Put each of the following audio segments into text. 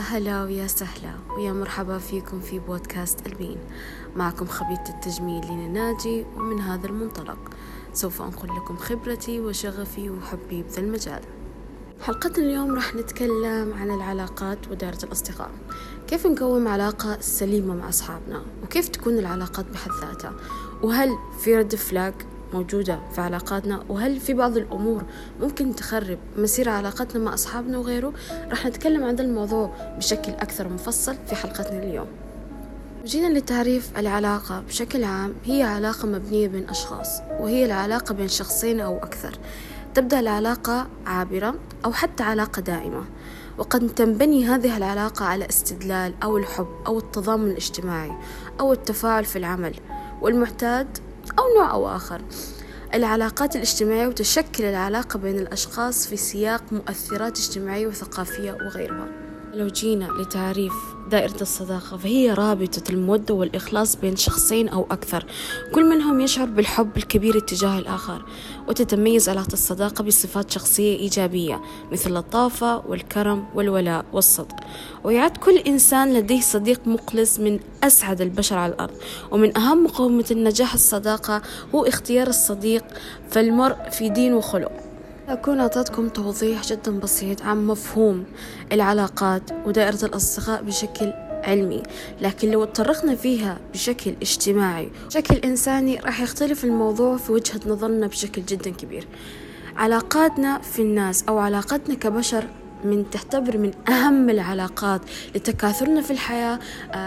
هلا ويا سهلا ويا مرحبا فيكم في بودكاست ألبين. معكم خبيرة التجميل لينا ناجي، ومن هذا المنطلق سوف أنقل لكم خبرتي وشغفي وحبي بذا المجال. حلقتنا اليوم راح نتكلم عن العلاقات ودائرة الأصدقاء، كيف نقوم علاقة سليمة مع أصحابنا، وكيف تكون العلاقات بحد ذاتها، وهل في رد فلاج موجودة في علاقاتنا، وهل في بعض الأمور ممكن تخرب مسير علاقتنا مع أصحابنا وغيره. راح نتكلم عن الموضوع بشكل أكثر مفصل في حلقتنا اليوم. جينا لتعريف العلاقة بشكل عام، هي علاقة مبنية بين أشخاص، وهي العلاقة بين شخصين أو أكثر. تبدأ العلاقة عابرة أو حتى علاقة دائمة، وقد تنبني هذه العلاقة على استدلال أو الحب أو التضامن الاجتماعي أو التفاعل في العمل والمعتاد أو نوع أو آخر. العلاقات الاجتماعية وتشكل العلاقة بين الأشخاص في سياق مؤثرات اجتماعية وثقافية وغيرها. لو جينا لتعريف دائرة الصداقة، فهي رابطة المودة والإخلاص بين شخصين أو أكثر، كل منهم يشعر بالحب الكبير اتجاه الآخر. وتتميز علاقة الصداقة بصفات شخصية إيجابية مثل اللطافة والكرم والولاء والصدق. ويعد كل إنسان لديه صديق مخلص من أسعد البشر على الأرض. ومن أهم مقومة النجاح الصداقة هو اختيار الصديق، فالمرء في دين وخلق. أكون أعطيتكم توضيح جدا بسيط عن مفهوم العلاقات ودائرة الأصدقاء بشكل علمي، لكن لو اتطرقنا فيها بشكل اجتماعي بشكل إنساني راح يختلف الموضوع في وجهة نظرنا بشكل جدا كبير. علاقاتنا في الناس أو علاقاتنا كبشر تعتبر من أهم العلاقات لتكاثرنا في الحياة،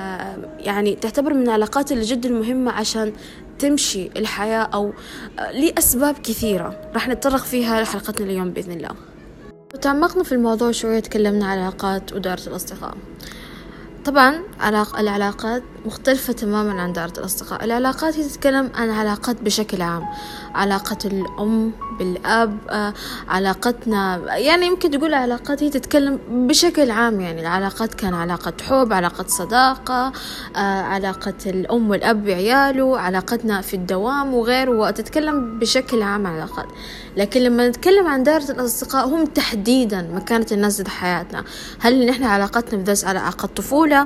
يعني تعتبر من العلاقات اللي جدا مهمة عشان تمشي الحياة، أو لأسباب كثيرة راح نتطرق فيها لحلقتنا اليوم بإذن الله. وتعمقنا في الموضوع شوية، تكلمنا عن العلاقات ودائرة الأصدقاء. طبعا العلاقات مختلفة تماما عن دائرة الأصدقاء. العلاقات هي تتكلم عن علاقات بشكل عام، علاقة الأم بالأب، علاقتنا، يعني يمكن تقول علاقات هي تتكلم بشكل عام، يعني العلاقات كان علاقة حب، علاقة صداقة، علاقة الأم والأب بعياله، علاقتنا في الدوام وغيره، وتتكلم بشكل عام عن علاقات. لكن لما نتكلم عن دائرة الأصدقاء هم تحديدا مكانة الناس في حياتنا. هل نحن علاقتنا بدرس على علاقة طفولة،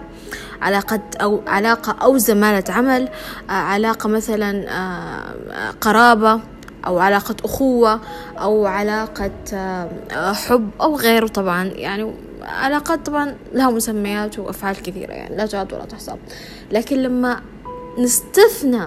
علاقة أو زمالة عمل، علاقة مثلا قرابة، أو علاقة أخوة، أو علاقة حب أو غيره. طبعا يعني علاقات طبعا لها مسميات وأفعال كثيرة، يعني لا تعد ولا تحصى. لكن لما نستثنى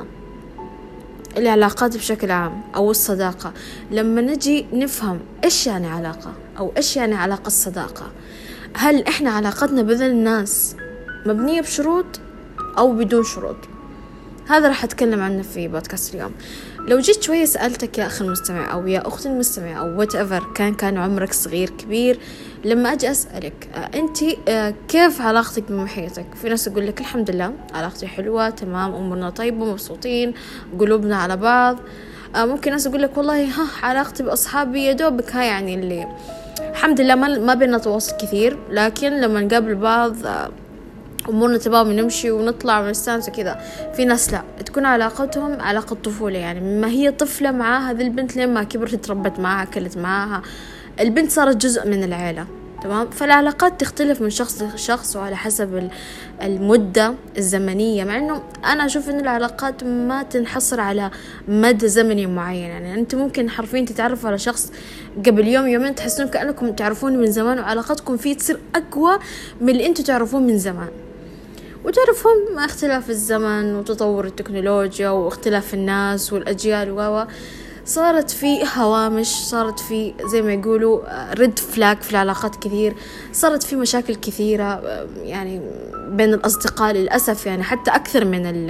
العلاقات بشكل عام أو الصداقة، لما نجي نفهم إيش يعني علاقة أو إيش يعني علاقة الصداقة، هل إحنا علاقتنا بين الناس مبنية بشروط أو بدون شروط؟ هذا راح أتكلم عنه في بودكاست اليوم. لو جيت شوية سألتك يا أخي المستمع أو يا أختي المستمع أو whatever كان عمرك صغير كبير، لما أجي أسألك أنت كيف علاقتك بمحيطك؟ في ناس يقول لك الحمد لله علاقتي حلوة تمام، أمورنا طيبة مبسوطين قلوبنا على بعض. ممكن ناس يقول لك والله علاقتي بأصحابي يا دوبك يعني اللي الحمد لله ما بيننا تواصل كثير، لكن لما نقابل بعض أمورنا تمام، نمشي ونطلع ونستانس كذا. في ناس لا، تكون علاقتهم علاقة طفولة، يعني ما هي طفلة معاها هذه البنت لين ما كبرت تربت معاها أكلت معاها، البنت صارت جزء من العائلة. تمام. فالعلاقات تختلف من شخص لشخص وعلى حسب المدة الزمنية، مع أنه أنا أشوف أن العلاقات ما تنحصر على مدى زمني معين. يعني أنت ممكن حرفيا تتعرفوا على شخص قبل يوم يومين تحسون كأنكم تعرفون من زمان، وعلاقتكم فيه تصير أقوى من اللي أنتوا تعرفون من زمان. وتعرفون مع اختلاف الزمن وتطور التكنولوجيا واختلاف الناس والأجيال صارت في هوامش، صارت في زي ما يقولوا ريد فلاج في العلاقات كثير، صارت في مشاكل كثيرة يعني بين الأصدقاء للأسف، يعني حتى أكثر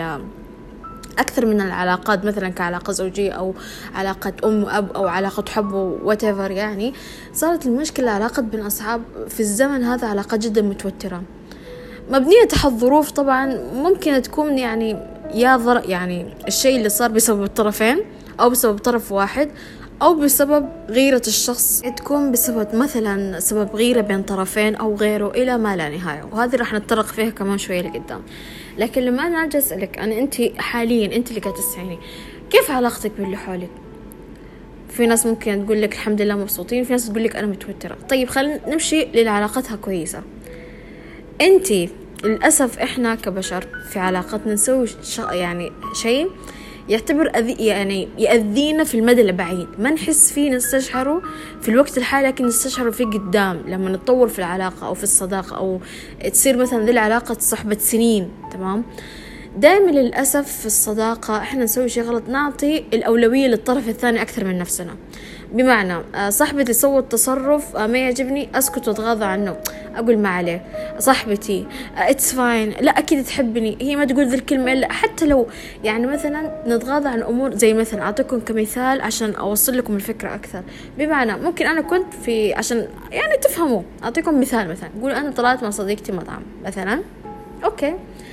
من العلاقات، مثلا كعلاقة زوجية أو علاقة أم وأب أو علاقة حب whatever. يعني صارت المشكلة علاقة بين أصحاب في الزمن هذا علاقة جدا متوترة، مبنية تحت ظروف طبعا ممكن تكون يعني يعني الشيء اللي صار بسبب الطرفين، أو بسبب طرف واحد، أو بسبب غيرة الشخص، تكون بسبب مثلا سبب غيرة بين طرفين أو غيره إلى ما لا نهاية. وهذه راح نتطرق فيها كمان شوية لقدام. لكن لما أنا أجي أسألك أنت حاليا، أنت اللي قاعدة تسمعيني، كيف علاقتك باللي حولك؟ في ناس ممكن تقول لك الحمد لله مبسوطين، في ناس تقول لك أنا متوترة. طيب خلينا نمشي للعلاقتها كويسة. انتي للأسف احنا كبشر في علاقتنا نسوي يعني شيء يعتبر يعني يأذينا في المدى البعيد، ما نحس فيه نستشعره في الوقت الحالي، لكن نستشعره فيه قدام لما نتطور في العلاقة أو في الصداقة أو تصير مثلا ذي العلاقة صحبة سنين. تمام. دائما للأسف في الصداقة احنا نسوي شيء غلط، نعطي الأولوية للطرف الثاني أكثر من نفسنا. بمعنى صاحبتي سوت تصرف ما يعجبني، أسكت وأتغاضى عنه، أقول ما عليه، صاحبتي it's fine، لا أكيد تحبني، هي ما تقول ذي الكلمة إلا، حتى لو يعني مثلا نتغاضى عن أمور زي مثلا أعطيكم كمثال عشان أوصل لكم الفكرة أكثر. بمعنى ممكن أنا كنت في عشان يعني تفهموا، أعطيكم مثال، مثلا قول أنا طلعت مع صديقتي مطعم مثلا، أوكي،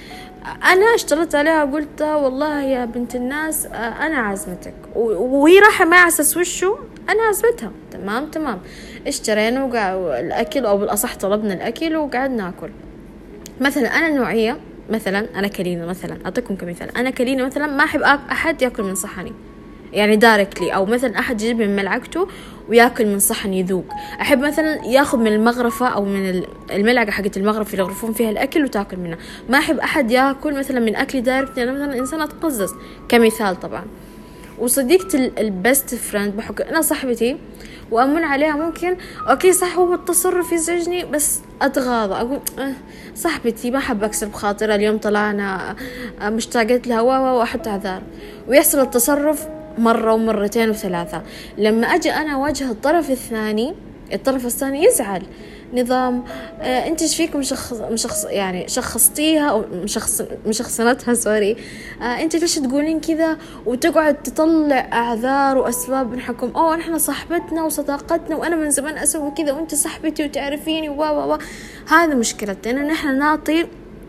أنا اشتريت عليها وقلت والله يا بنت الناس أنا عازمتك، وهي راحة ما أساس وشه أنا عازمتها. تمام اشترينا الأكل، أو بالأصح طلبنا الأكل وقعدنا ناكل. مثلا أنا نوعية، مثلا أنا كلينة، مثلا أعطيكم كمثال، أنا كلينة مثلا ما أحب أحد يأكل من صحني يعني دايركتلي، أو مثلا أحد يجيب من ملعقته ويأكل من صحن يذوق. أحب مثلا ياخذ من المغرفة أو من الملعقة حقت المغرفة اللي يغرفون فيها الأكل وتأكل منها. ما أحب أحد يأكل مثلا من أكلي دايركتلي، أنا مثلا إنسانة أتقزز كمثال طبعا. وصديقتي البست فريند بحكم أنا صاحبتي وأمن عليها، ممكن أوكي صح هو التصرف يزعجني بس أتغاضى، أقول صاحبتي ما حب أكسر بخاطرها، اليوم طلعنا مشتاقت لها وأحط أعذار، ويحصل التصرف مرة ومرتين وثلاثة. لما أجي أنا أواجه الطرف الثاني يزعل، نظام انت ايش فيكم يعني شخصتيها او مشخصنتها سوري، انت ليش تقولين كذا، وتقعد تطلع اعذار واسباب من حكم نحن صاحبتنا وصداقتنا وانا من زمان اسوي كذا وانت صاحبتي وتعرفيني هذا مشكلتنا، ان نحن نعطي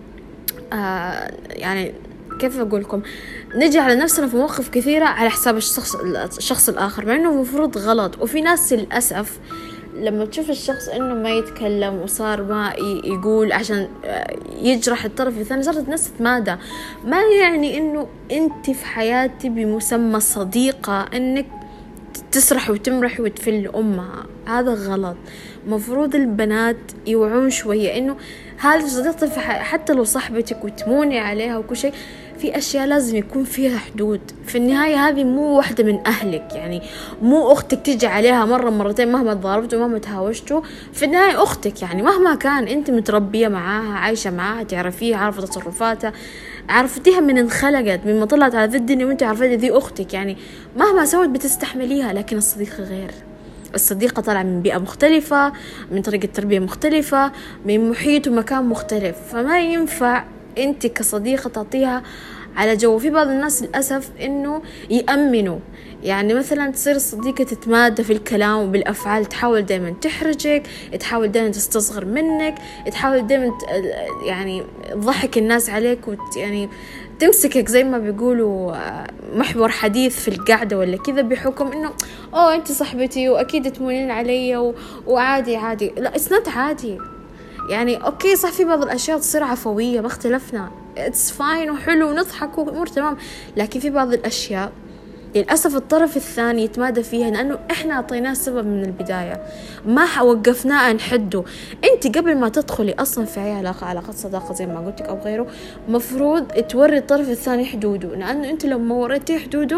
يعني كيف أقول لكم، نجي على نفسنا في مواقف كثيرة على حساب الشخص الآخر، مع إنه مفروض غلط. وفي ناس للأسف لما تشوف الشخص إنه ما يتكلم وصار ما يقول عشان يجرح الطرف الثاني، صارت الناس تتمادى. ما يعني إنه أنت في حياتي بمسمى صديقة إنك تسرح وتمرح وتفل أمها، هذا غلط. مفروض البنات يوعون شوية إنه هذه صديقتي حتى لو صاحبتك وتموني عليها وكل شيء، في أشياء لازم يكون فيها حدود. في النهاية هذه مو واحدة من أهلك، يعني مو أختك تيجي عليها مرة مرتين مهما تضاربتوا ومهما تهاوشتوا، في النهاية أختك يعني مهما كان أنت متربية معاها عايشة معاها تعرفيها، عارفة تصرفاتها، عرفتيها من انخلقت من ما طلعت على ذي الدنيا وانت عارفة ذي أختك، يعني مهما سوت بتستحمليها. لكن الصديقة غير، الصديقة طالعة من بيئة مختلفة، من طريقة تربية مختلفة، من محيط ومكان مختلف، فما ينفع انت كصديقة تعطيها على جو. في بعض الناس للأسف انه يأمنوا، يعني مثلا تصير الصديقة تتمادى في الكلام وبالأفعال، تحاول دائما تحرجك، تحاول دائما تستصغر منك، تحاول دائما يعني تضحك الناس عليك يعني تمسكك زي ما بيقولوا محور حديث في القعدة ولا كذا، بحكم انه انت صاحبتي واكيد تمونين علي وعادي عادي. لا اسنت عادي، يعني اوكي صح في بعض الاشياء تصير عفوية ما اختلفنا، it's fine وحلو ونضحك وامور تمام، لكن في بعض الاشياء للأسف الطرف الثاني يتمادى فيها، لأنه إحنا أعطيناه سبب من البداية، ما وقفناه نحده. أنت قبل ما تدخلي أصلا في أي علاقة صداقة زي ما قلتك أو غيره، مفروض توري الطرف الثاني حدوده، لأنه أنت لو ما وريتي حدوده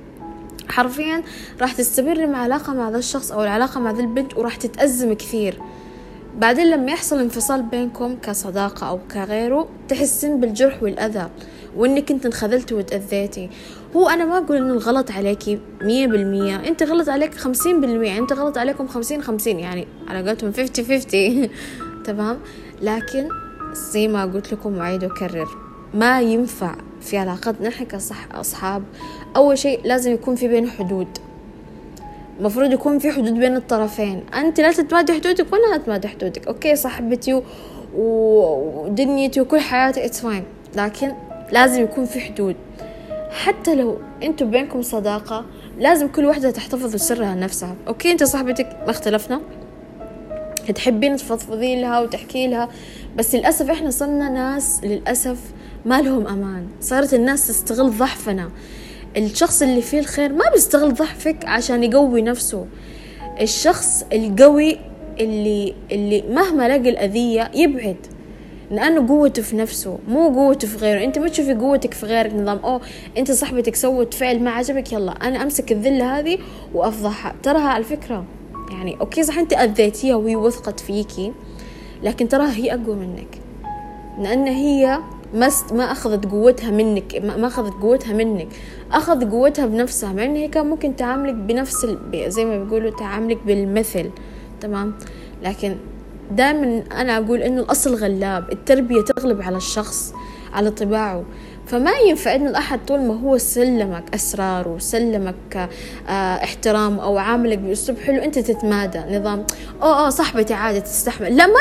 حرفيا راح تستمر مع علاقة مع ذا الشخص أو العلاقة مع ذا البنت وراح تتأزم كثير. بعدين لما يحصل انفصال بينكم كصداقة أو كغيره تحسين بالجرح والأذى وإنك أنت انخذلتي وتأذيتي. هو أنا ما أقول إنه الغلط عليكي 100%، أنت غلط عليك 50%، أنت غلط عليكم 50-50، يعني على قولتهم 50-50 تمام. لكن زي ما قلت لكم وعيد وكرر، ما ينفع في علاقتنا نحن كأصحاب أول شيء لازم يكون في بين حدود، مفروض يكون في حدود بين الطرفين. أنت لا تتمادي حدودك ولا لا تتمادي حدودك، أوكي صاحبتي ودنيتي وكل حياتي it's fine، لكن لازم يكون في حدود. حتى لو انتوا بينكم صداقة لازم كل واحدة تحتفظ سرها لنفسها. اوكي انت صاحبتك ما اختلفنا، تحبين تفضفضي لها وتحكي لها، بس للأسف احنا صرنا ناس للأسف ما لهم امان، صارت الناس تستغل ضعفنا. الشخص اللي فيه الخير ما بيستغل ضعفك عشان يقوي نفسه، الشخص القوي اللي مهما لقى الأذية يبعد، لأنه قوته في نفسه مو قوته في غيره. أنت ما تشوفي قوتك في غيرك نظام أنت صاحبتك سوت فعل ما عجبك يلا أنا أمسك الذلة هذه وأفضحها. تراها على فكرة يعني أوكي صح أنت أذيتيها وهي وثقت فيكي، لكن تراها هي أقوى منك، لأن هي ما أخذت قوتها منك، ما أخذت قوتها منك، أخذ قوتها بنفسها، مع أن هي كان ممكن تعاملك بنفس زي ما بيقولوا تعاملك بالمثل. تمام. لكن دائما أنا أقول إنه الأصل غلاب، التربية تغلب على الشخص على طباعه. فما ينفع إنه الأحد طول ما هو سلمك أسرار وسلمك احترام أو عاملك بأسلوب حلو أنت تتمادى نظام صاحبتي عادة تستحمل. لا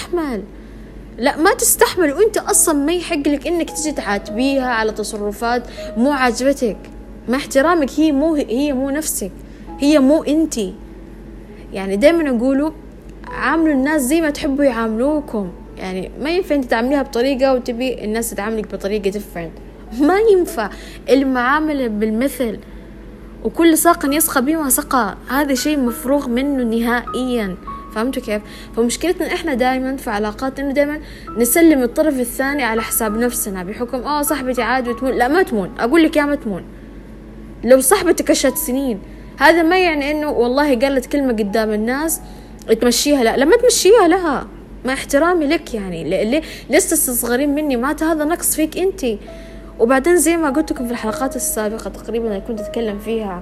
ما تستحمل وانت اصلا ما يحق لك انك تجي تعاتبيها على تصرفات مو عاجبتك. مع احترامك هي مو نفسك، هي مو انتي. يعني دايما اقولوا عاملوا الناس زي ما تحبوا يعاملوكم. يعني ما ينفع انت تعامليها بطريقة وتبي الناس تتعاملك بطريقة different، ما ينفع. المعاملة بالمثل وكل ساق يسقى بما سقى، هذا شيء مفروغ منه نهائيا. فهمتوا كيف؟ فمشكلتنا احنا دائما في علاقات انه دائما نسلم الطرف الثاني على حساب نفسنا بحكم صاحبتي عاد وتمون. لا ما تمون، اقول لك يا ما تمون. لو صاحبتك عشت سنين هذا ما يعني انه والله قالت كلمة قدام الناس تمشيها. لا ما تمشيها لها، مع احترامي لك يعني لست تستصغرين مني، معناته هذا نقص فيك انتي. وبعدين زي ما قلت لكم في الحلقات السابقة تقريبا اللي كنت اتكلم فيها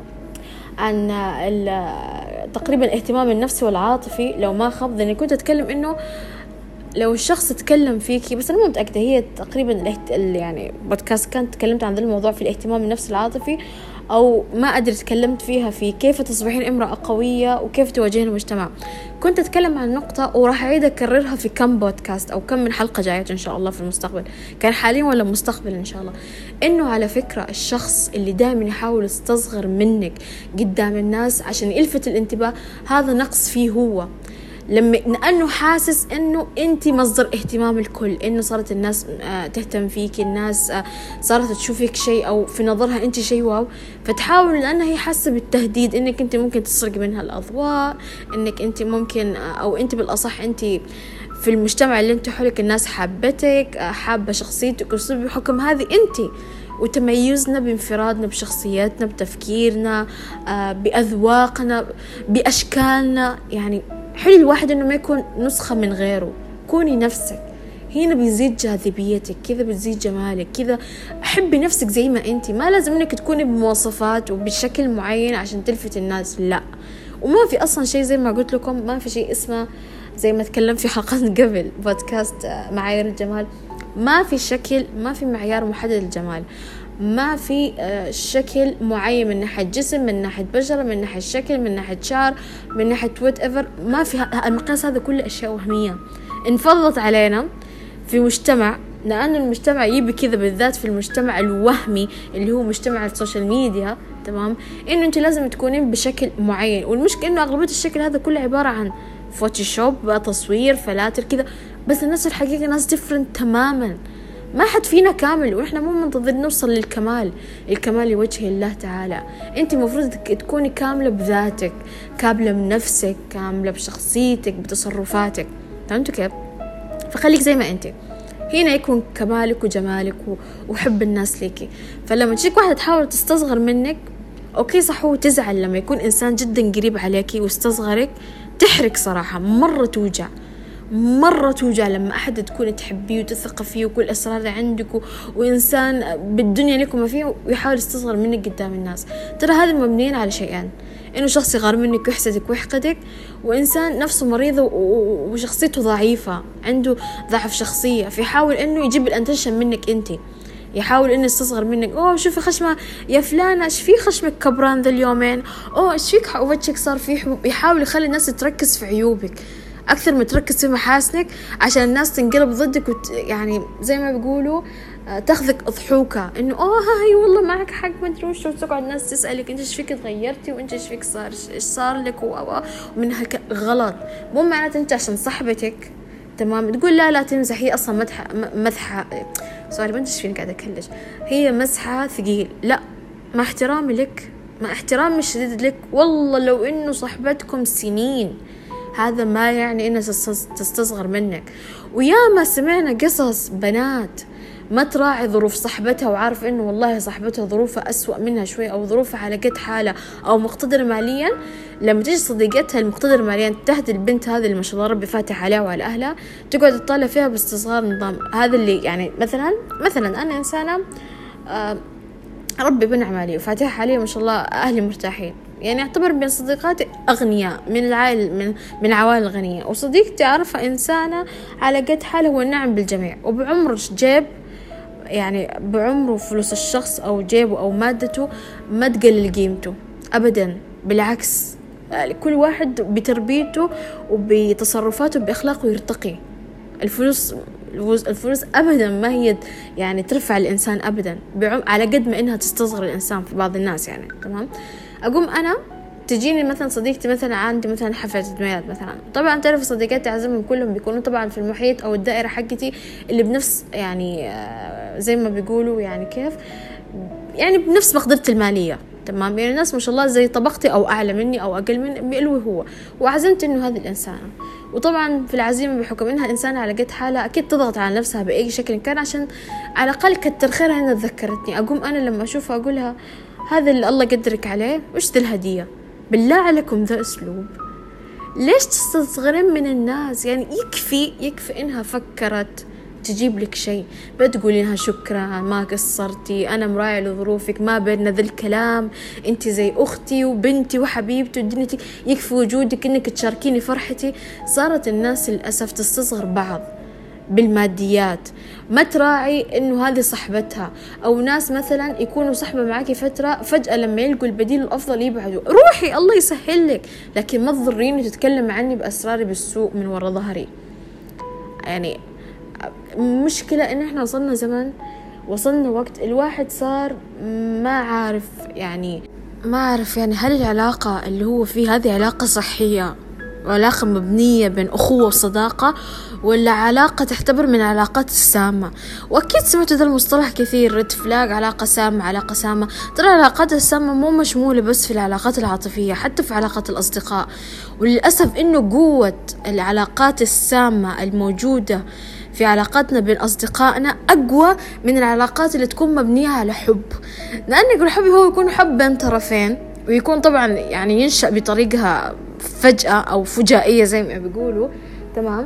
عن تقريبا الاهتمام النفسي والعاطفي، لو ما خاب لأني كنت أتكلم إنه لو الشخص تكلم فيكي، بس أنا مو متأكدة هي تقريبا يعني بودكاست كانت تكلمت عن ذا الموضوع في الاهتمام النفسي العاطفي، أو ما أدري تكلمت فيها في كيف تصبحين امرأة قوية وكيف تواجهين المجتمع. كنت أتكلم عن نقطة وراح أعيد أكررها في كم بودكاست أو كم من حلقة جاية إن شاء الله في المستقبل، كان حاليا ولا مستقبل إن شاء الله. إنه على فكرة الشخص اللي دائما يحاول يستصغر منك قدام الناس عشان يلفت الانتباه، هذا نقص فيه هو. لأنه حاسس إنه أنت مصدر اهتمام الكل، إنه صارت الناس تهتم فيك، الناس صارت تشوفك شيء أو في نظرها أنت شيء واو، فتحاول لأنها هي حاسة بالتهديد إنك أنت ممكن تسرق منها الأضواء، إنك أنت ممكن أو أنت بالأصح أنت في المجتمع اللي أنت حولك الناس حابتك، حابة شخصيتك وأسلوب بحكم هذه أنت وتميزنا بانفرادنا بشخصياتنا بتفكيرنا بأذواقنا بأشكالنا. يعني حلو الواحد إنه ما يكون نسخة من غيره، كوني نفسك. هنا بيزيد جاذبيتك كذا، بتزيد جمالك كذا. حبي نفسك زي ما أنت، ما لازم إنك تكوني بمواصفات وبشكل معين عشان تلفت الناس، لا. وما في أصلا شيء زي ما قلت لكم، ما في شيء اسمه زي ما تكلم في حلقات قبل بودكاست معايير الجمال، ما في شكل، ما في معيار محدد للجمال، ما في شكل معين من ناحية جسم، من ناحية بشرة، من ناحية شكل، من ناحية شعر، من ناحية whatever. ما في المقياس هذا كله أشياء وهمية انفضت علينا في مجتمع، لأن المجتمع يبي كذا، بالذات في المجتمع الوهمي اللي هو مجتمع السوشيال ميديا. تمام. إنه أنت لازم تكونين بشكل معين، والمشكلة إنه أغلبية الشكل هذا كله عبارة عن فوتوشوب، تصوير، فلاتر كذا. بس الناس الحقيقة ناس ديفرنت تماما. ما حد فينا كامل، وإحنا مو منتظر نوصل للكمال. الكمال لوجه الله تعالى. أنت مفروض تكوني كاملة بذاتك، كاملة بنفسك، كاملة بشخصيتك، بتصرفاتك. فهمتوا كيف؟ فخليك زي ما أنت، هنا يكون كمالك وجمالك وحب الناس ليكي. فلما تجيك واحدة تحاول تستصغر منك، أوكي صح، هو تزعل لما يكون إنسان جدا قريب عليكي واستصغرك، تحرق صراحة، مرة توجع لما أحد تكون تحبيه وتثق فيه وكل أسرار عندك وإنسان بالدنيا لكم ما فيه ويحاول يستصغر منك قدام الناس. ترى هذا مبنيين على شيئين، إنه شخص يغار منك ويحسدك ويحقدك، وإنسان نفسه مريض وشخصيته ضعيفة، عنده ضعف شخصية، فيحاول إنه يجيب الأنتنشن منك أنت، يحاول إنه يستصغر منك. شوفي خشمة يا فلانة، إيش في خشمك كبران ذا اليومين، إيش فيك وجهك صار فيه حبوب. يحاول يخلي الناس تركز في عيوبك أكثر ما تركز في محاسنك، عشان الناس تنقلب ضدك يعني زي ما بيقولوا تاخذك أضحوكة، إنه هاي والله معك حق ما أدري وش، وتقعد الناس تسألك أنت إيش فيك تغيرتي، وأنت إيش فيك صار، إيش صار لك ومن غلط. مو معناته أنت عشان صاحبتك تمام تقول لا تمزح، هي أصلا مدحة سوري ما أدري إيش فيني قاعدة أكلش، هي مسحة ثقيل. لا، مع احترامي لك، مع احترامي الشديد لك، والله لو إنه صاحبتكم سنين هذا ما يعني إنها تستصغر منك. وياما سمعنا قصص بنات ما تراعي ظروف صاحبتها وعارف إنه والله صاحبتها ظروفها أسوأ منها شوي أو ظروفها على قد حالة أو مقتدر ماليا، لما تيجي صديقتها المقتدر ماليا تهدي البنت هذه اللي ما شاء الله ربي فاتح عليها وعلى أهلها، تقعد تطالع فيها باستصغار نظام. هذا اللي يعني مثلا أنا إنسانة ربي بنعم علي وفاتح علي ما شاء الله، أهلي مرتاحين، يعني أعتبر بين صديقاتي أغنياء من العائل من عوائل الغنية، وصديقتي أعرفها إنسانة على قد حاله والنعم بالجميع، وبعمر جيب يعني بعمره فلوس الشخص أو جيبه أو مادته ما تقلل قيمته أبدا، بالعكس كل واحد بتربيته وبتصرفاته بأخلاقه يرتقي. الفلوس أبدا ما هي يعني ترفع الإنسان أبدا، على قد ما إنها تستصغر الإنسان في بعض الناس يعني. تمام، أقوم أنا تجيني مثلا صديقتي مثلا عندي مثلا حفلة ميلاد مثلا، طبعا تعرف صديقاتي أعزمهم كلهم بيكونوا طبعا في المحيط أو الدائرة حقتي اللي بنفس يعني زي ما بيقولوا يعني كيف يعني بنفس مقدرتي المالية. تمام، يعني الناس ما شاء الله زي طبقتي أو أعلى مني أو أقل مني بيقولوا هو، وعزمت إنه هذه الإنسانة، وطبعا في العزيمة بحكم إنها إنسانة على قد حالها أكيد تضغط على نفسها بأي شكل كان عشان على الأقل كتر خيرها إنها تذكرتني. أقوم أنا لما أشوفها أقولها هذا اللي الله قدرك عليه، وش ذي الهدية؟ بالله عليكم ذا أسلوب؟ ليش تستصغرين من الناس؟ يعني يكفي إنها فكرت تجيب لك شيء بتقولي لها شكرا ما قصرتي، أنا مراعي لظروفك، ما بيننا ذا الكلام، أنت زي أختي وبنتي وحبيبتي ودنيتي، يكفي وجودك إنك تشاركيني فرحتي. صارت الناس للأسف تستصغر بعض بالماديات، ما تراعي إنه هذه صحبتها، أو ناس مثلا يكونوا صحبة معاكي فترة فجأة لما يلقوا البديل الأفضل يبعدوا. روحي الله يسهل لك، لكن ما تضريني تتكلم عني بأسراري بالسوء من وراء ظهري. يعني مشكلة إن إحنا وصلنا وقت الواحد صار ما عارف يعني هل العلاقة اللي هو فيه هذه علاقة صحية وعلاقة مبنية بين أخوة وصداقة، ولا علاقة تعتبر من العلاقات السامة. وأكيد سمعتوا ذا المصطلح كثير، ريد فلاج، علاقة سامة. ترى العلاقات السامة مو مشمولة بس في العلاقات العاطفية، حتى في علاقات الأصدقاء. وللأسف إنه قوة العلاقات السامة الموجودة في علاقاتنا بين أصدقائنا أقوى من العلاقات اللي تكون مبنية على حب، لأن الحب هو يكون حب بين طرفين، ويكون طبعا يعني ينشأ بطريقها فجأة أو فجائية زي ما بيقولوا. تمام،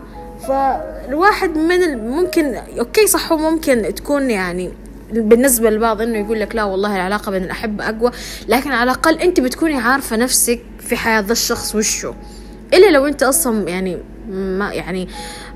فالواحد ممكن أوكي صح، هو ممكن تكون يعني بالنسبة للبعض إنه يقول لك لا والله العلاقة بين الأحبة أقوى، لكن على الأقل أنت بتكوني عارفة نفسك في حياة ذا الشخص وشه، إلا لو أنت أصلا يعني ما يعني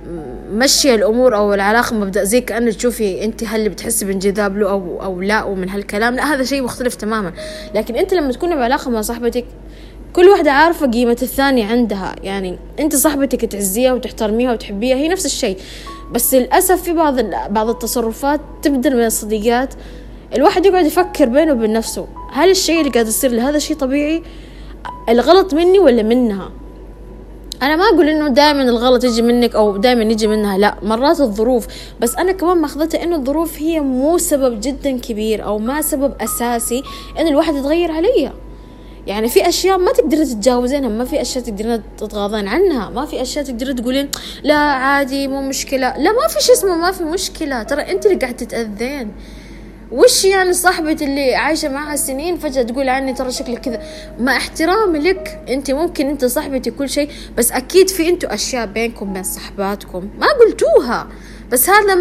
مشي الأمور أو العلاقة مبدأ زي كأنه تشوفي أنت هل بتحسي بانجذاب له أو لا، ومن هالكلام لا، هذا شيء مختلف تماما. لكن أنت لما تكوني بعلاقة مع صاحبتك كل واحدة عارفة قيمة الثانية عندها، يعني أنت صاحبتك تعزيها وتحترميها وتحبيها هي نفس الشيء، بس للأسف في بعض التصرفات تبدأ من الصديقات الواحد يقعد يفكر بينه وبين نفسه، هل الشيء اللي قاعد يصير لهذا شيء طبيعي؟ الغلط مني ولا منها؟ أنا ما أقول إنه دائما الغلط يجي منك أو دائما يجي منها، لا، مرات الظروف، بس أنا كمان ماخذتها إنه الظروف هي مو سبب جدا كبير أو ما سبب أساسي إن الواحد يتغير عليها. يعني في أشياء ما تقدرين تتجاوزينها، ما في أشياء تقدرين تتغاضين عنها، ما في أشياء تقدرين تقولين لا عادي مو مشكلة، لا ما في شيء اسمه ما في مشكلة، ترى أنت اللي قاعد تتأذين. وش يعني صاحبتي اللي عايشة معها سنين فجأة تقول عني ترى شكلك كذا؟ ما احترامي لك، انت ممكن انت صاحبتي كل شيء، بس اكيد في انتوا اشياء بينكم بين صحباتكم ما قلتوها، بس هذا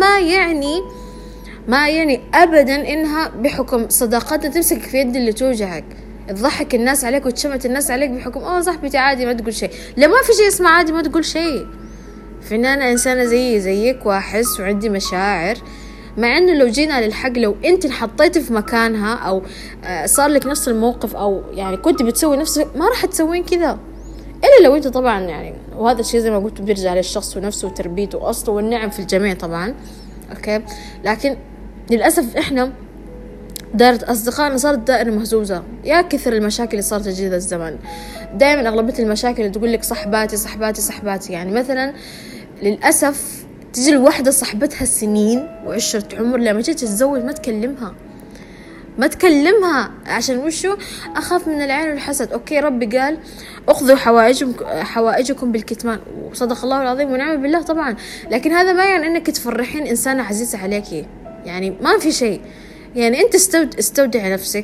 ما يعني ابدا انها بحكم صداقتنا تمسك في يد اللي توجعك، تضحك الناس عليك وتشمت الناس عليك بحكم صاحبتي عادي ما تقول شيء. لا، ما في شيء اسمه عادي ما تقول شيء. أنا إنسانة زيك وأحس وعندي مشاعر، مع انه لو جينا للحق لو انت انحطيتي في مكانها او صار لك نفس الموقف او يعني كنت بتسوي نفسه ما راح تسوين كذا، الا لو انت طبعا يعني، وهذا الشيء زي ما قلت بيرجع للشخص ونفسه وتربيته واصله والنعم في الجميع طبعا. اوكي، لكن للاسف احنا دائرة أصدقائنا صارت دائرة مهزوزة، يا كثر المشاكل اللي صارت تجي ذا الزمن. دائما أغلبية المشاكل اللي تقول لك صحباتي، يعني مثلا للأسف تجي الوحدة صاحبتها سنين وعشرة عمر، لما تيجي تتزوج ما تكلمها، ما تكلمها. عشان وشو؟ أخاف من العين والحسد. أوكي، ربي قال أخذوا حوائجكم بالكتمان، وصدق الله العظيم ونعم بالله طبعا. لكن هذا ما يعني أنك تفرحين إنسانة عزيزة عليكي، يعني ما في شيء. يعني أنت استودعي نفسك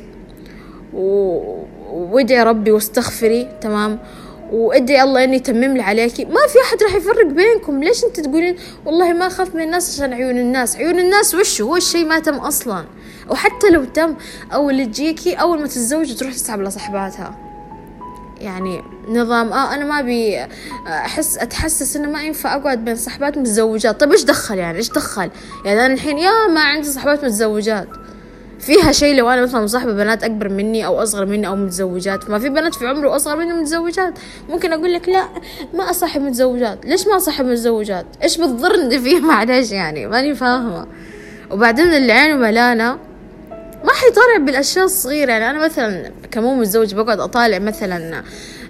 وادعي ربي واستغفري، تمام، وادعي الله اني يتمم لي عليكي. ما في احد راح يفرق بينكم. ليش انت تقولين والله ما اخاف من الناس عشان عيون الناس؟ عيون الناس وش هو الشيء ما تم اصلا. وحتى لو تم، اول تجيكي اول ما تتزوج تروح تسحب لصحباتها. يعني نظام انا ما بي اتحسس انه ما ينفع اقعد بين صحبات متزوجات. طيب ايش دخل؟ يعني ايش دخل؟ يعني انا الحين يا ما عندي صحبات متزوجات، فيها شيء لو أنا مثلا مصاحبة بنات أكبر مني أو أصغر مني أو متزوجات؟ ما في بنات في عمري وأصغر مني متزوجات. ممكن أقول لك لا ما أصاحب متزوجات. ليش ما أصاحب متزوجات؟ إيش بتضرني فيه؟ معلش يعني ماني فاهمة. وبعدين اللي عينه ملانة ما حيطالع بالأشياء الصغيرة. يعني أنا مثلا كمو متزوج بقعد أطالع مثلا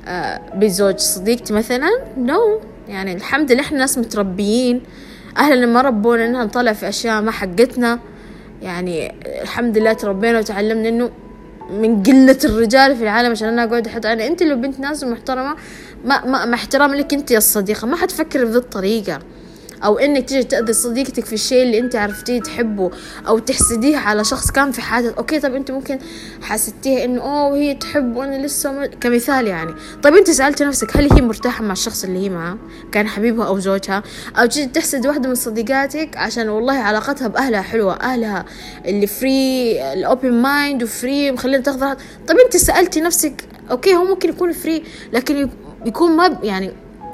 بزوج صديقتي مثلا؟ نو. يعني الحمد لله إحنا ناس متربيين، أهلنا ما ربونا إنها نطالع في أشياء ما حقتنا. يعني الحمد لله تربينا وتعلمنا انه من قلة الرجال في العالم عشان انا اقعد احط انا انت لو بنت ناس محترمة ما احترام لك انت يا الصديقة ما حتفكر بذي الطريقة، او انك تيجي تأذي صديقتك في الشيء اللي انت عرفتيه تحبه او تحسديه على شخص كان في حياتك. اوكي طب انت ممكن حسدتيها انه هي تحب وانا لسه كمثال يعني. طب انت سألتي نفسك هل هي مرتاحة مع الشخص اللي هي معاه كان حبيبها او زوجها؟ او تيجي تحسد واحدة من صديقاتك عشان والله علاقتها باهلها حلوة، اهلها اللي فري الاوبن مايند وفري مخلين تاخذ. طب انت سألتي نفسك اوكي هو ممكن يكون فري لكن يكون ما يعني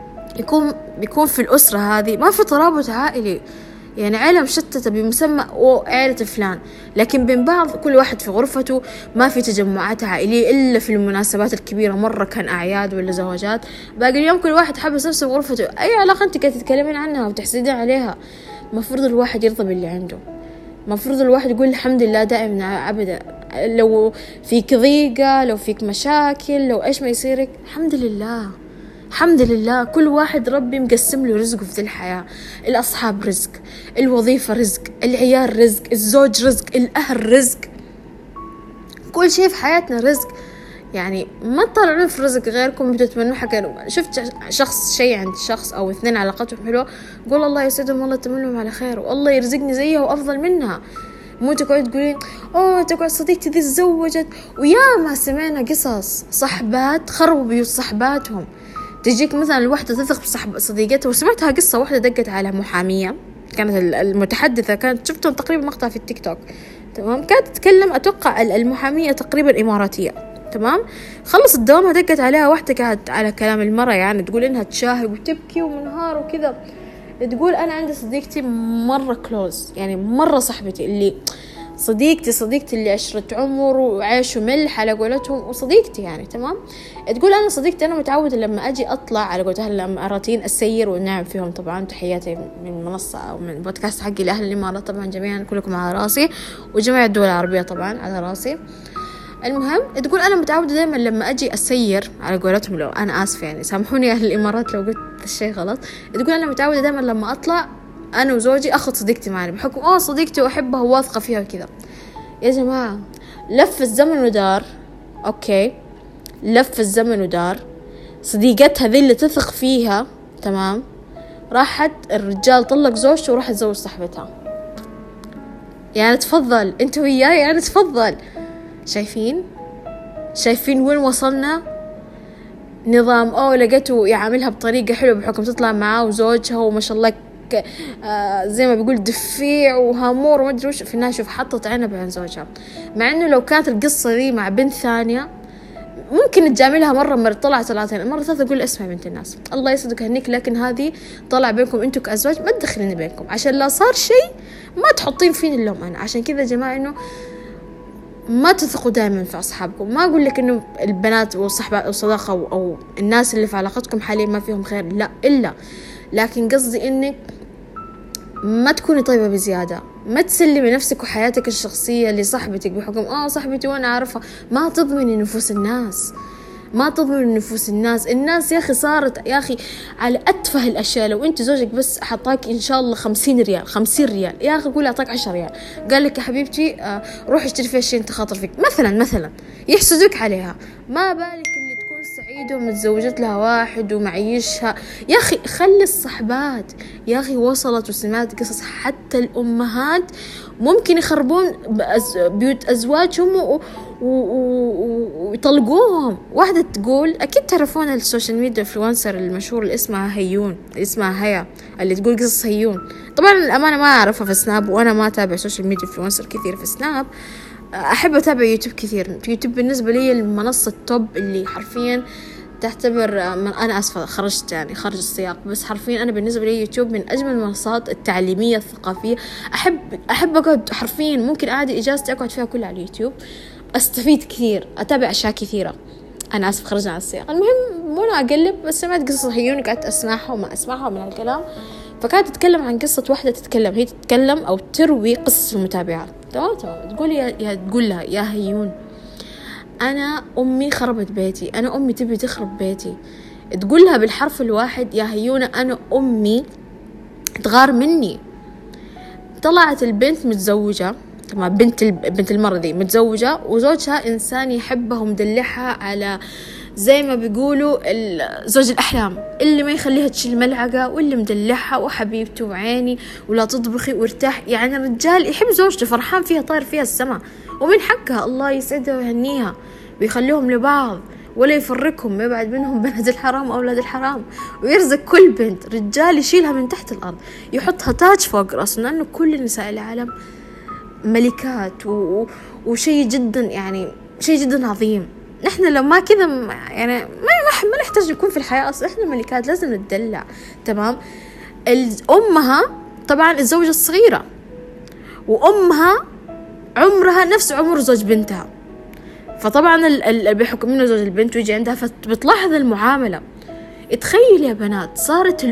بيكون في الأسرة هذه ما في ترابط عائلي، يعني عائلة مشتتة بمسمى عائلة فلان، لكن بين بعض كل واحد في غرفته، ما في تجمعات عائلية إلا في المناسبات الكبيرة مرة كان أعياد ولا زواجات. باقي اليوم كل واحد حابس نفسه في غرفته. أي علاقة أنت قاعدة تتكلمين عنها وتحسدين عليها؟ مفروض الواحد يرضى باللي عنده، مفروض الواحد يقول الحمد لله دائما أبدا. لو فيك ضيقة، لو فيك مشاكل، لو إيش ما يصيرك، الحمد لله الحمد لله. كل واحد ربي مقسم له رزقه في ذي الحياة. الأصحاب رزق، الوظيفة رزق، العيال رزق، الزوج رزق، الأهل رزق، كل شيء في حياتنا رزق. يعني ما تطلعون في رزق غيركم بتتمنوا حاجة. شفت شخص شيء عند شخص أو اثنين علاقتهم حلوة، قول الله يسعدهم والله يتمنهم على خير والله يرزقني زيها وأفضل منها. مو تقعد تقولين تقعد صديقتي ذي تزوجت. ويا ما سمعنا قصص صحبات خربوا بيوت صحباتهم. تجيك مثلا الوحدة تثق بصديقتها. وسمعتها قصة واحدة دقت على محامية كانت المتحدثة، كانت شفتهم تقريبا مقطع في التيك توك، تمام، كانت تتكلم أتوقع المحامية تقريبا إماراتية، تمام. خلص الدوام دقت عليها واحدة كانت على كلام المرة، يعني تقول إنها تشاهق وتبكي ومنهار وكذا. تقول أنا عندي صديقتي مرة كلوز، يعني مرة صاحبتي، اللي صديقتي اللي عشرة عمر وعيش وملح على قولتهم، وصديقتي يعني تمام. تقول أنا صديقتي أنا متعودة لما أجي أطلع على قولتها الإماراتيين السير والنعم فيهم طبعا، تحياتي من منصة أو من بودكاست حقي لأهل الإمارات طبعا جميعا كلكم على راسي، وجميع الدول العربية طبعا على راسي. المهم تقول أنا متعودة دائما لما أجي أسير على قولتهم، لو أنا آسفة يعني سامحوني أهل الإمارات لو قلت الشيء غلط، تقول أنا متعودة دائما لما أطلع أنا وزوجي أخذ صديقتي معي بحكم صديقتي وأحبها وواثقة فيها وكذا. يا جماعة لف الزمن ودار، أوكي لف الزمن ودار، صديقتها ذي اللي تثق فيها تمام راحت الرجال طلق زوجته وراح تزوج صاحبتها. يعني تفضل انت وياي، يعني تفضل. شايفين وين وصلنا؟ نظام لقيته يعاملها بطريقة حلوة بحكم تطلع معاه وزوجها وما شاء الله زي ما بيقول دفيع وهامور وما ادري وش، في النهاية شوف حطت عينها بعين زوجها. مع انه لو كانت القصة دي مع بنت ثانية ممكن تجاملها مرة طلعت ثلاثين، المرة الثالثة تقول اسمع بنت الناس الله يسعدك هنيك، لكن هذه طلع بينكم انتوا كأزواج ما تدخليني بينكم عشان لا صار شيء ما تحطين فيني اللوم انا. عشان كذا يا جماعة انه ما تثقوا دائما في أصحابكم. ما أقول لك إنه البنات والصحبات أو الصداقة أو الناس اللي في علاقتكم حاليا ما فيهم خير، لا إلا، لكن قصدي إنك ما تكوني طيبة بزيادة، ما تسلمي نفسك وحياتك الشخصية لصاحبتك بحكم صاحبتي وأنا أعرفها. ما تضمني نفوس الناس، ما تضمن نفوس الناس يا أخي صارت يا أخي على أتفه الأشياء. لو أنت زوجك بس حطاك إن شاء الله 50 ريال 50 ريال، يا أخي قولي أعطاك 10 ريال، قال لك يا حبيبتي روح اشتري فيها شيء أنت خاطر فيك مثلا يحسدك عليها. ما بالك اللي تكون سعيدة ومتزوجت لها واحد ومعيشها. يا أخي خلي الصحبات، يا أخي وصلت وسمعت قصص حتى الأمهات ممكن يخربون بيوت أزواجهم ويطلقوهم. واحدة تقول، أكيد تعرفون السوشيال ميديا إنفلونسر المشهور اللي اسمها هيون، اسمها هيا، اللي تقول قصص هيون. طبعا الأمانة ما أعرفها في سناب، وأنا ما أتابع سوشيال ميديا إنفلونسر كثير في سناب. أحب أتابع يوتيوب كثير. يوتيوب بالنسبة لي المنصة التوب اللي حرفيا تعتبر أنا أسفة خرج السياق، بس حرفيا أنا بالنسبة لي يوتيوب من أجمل المنصات التعليمية الثقافية. أحب أقعد حرفيا، ممكن أعدي إجازتي أقعد فيها كلها على اليوتيوب، أستفيد كثير، أتابع أشياء كثيرة. أنا أسف خرجنا على السياق. المهم مو أنا أقلب، بس سمعت قصص هيون قعدت أسمعها وما أسمعها من الكلام. فكانت تتكلم عن قصة واحدة هي تتكلم أو تروي قصة المتابعات. تمام تقول لها يا هيون، أنا أمي خربت بيتي، أنا أمي تبي تخرب بيتي. تقول لها بالحرف الواحد يا هيونة أنا أمي تغار مني. طلعت البنت متزوجة، طبعا بنت المرة دي متزوجة، وزوجها إنسان يحبها ومدلعها على زي ما بيقولوا زوج الأحلام، اللي ما يخليها تشيل ملعقة، واللي مدلعها وحبيبته وعيني ولا تطبخي وارتاح. يعني الرجال يحب زوجته، فرحان فيها، طاير فيها السما، ومن حقها الله يسعدها ويهنيها ويخليهم لبعض ولا يفرقهم، ما يبعد منهم بنات الحرام أولاد الحرام، ويرزق كل بنت رجال يشيلها من تحت الأرض، يحطها تاج فوق رأسه، لأنه كل نساء العالم ملكات وشيء جدا، يعني شيء جدا عظيم. نحن لو ما كذا يعني ما نحتاج نكون في الحياة أصلا، إحنا ملكات لازم نتدلع. تمام. أمها طبعا الزوجة الصغيرة، وأمها عمرها نفس عمر زوج بنتها، فطبعا بحكم إنه زوج البنت ويجي عندها فبتلاحظ المعاملة. تخيل يا بنات، صارت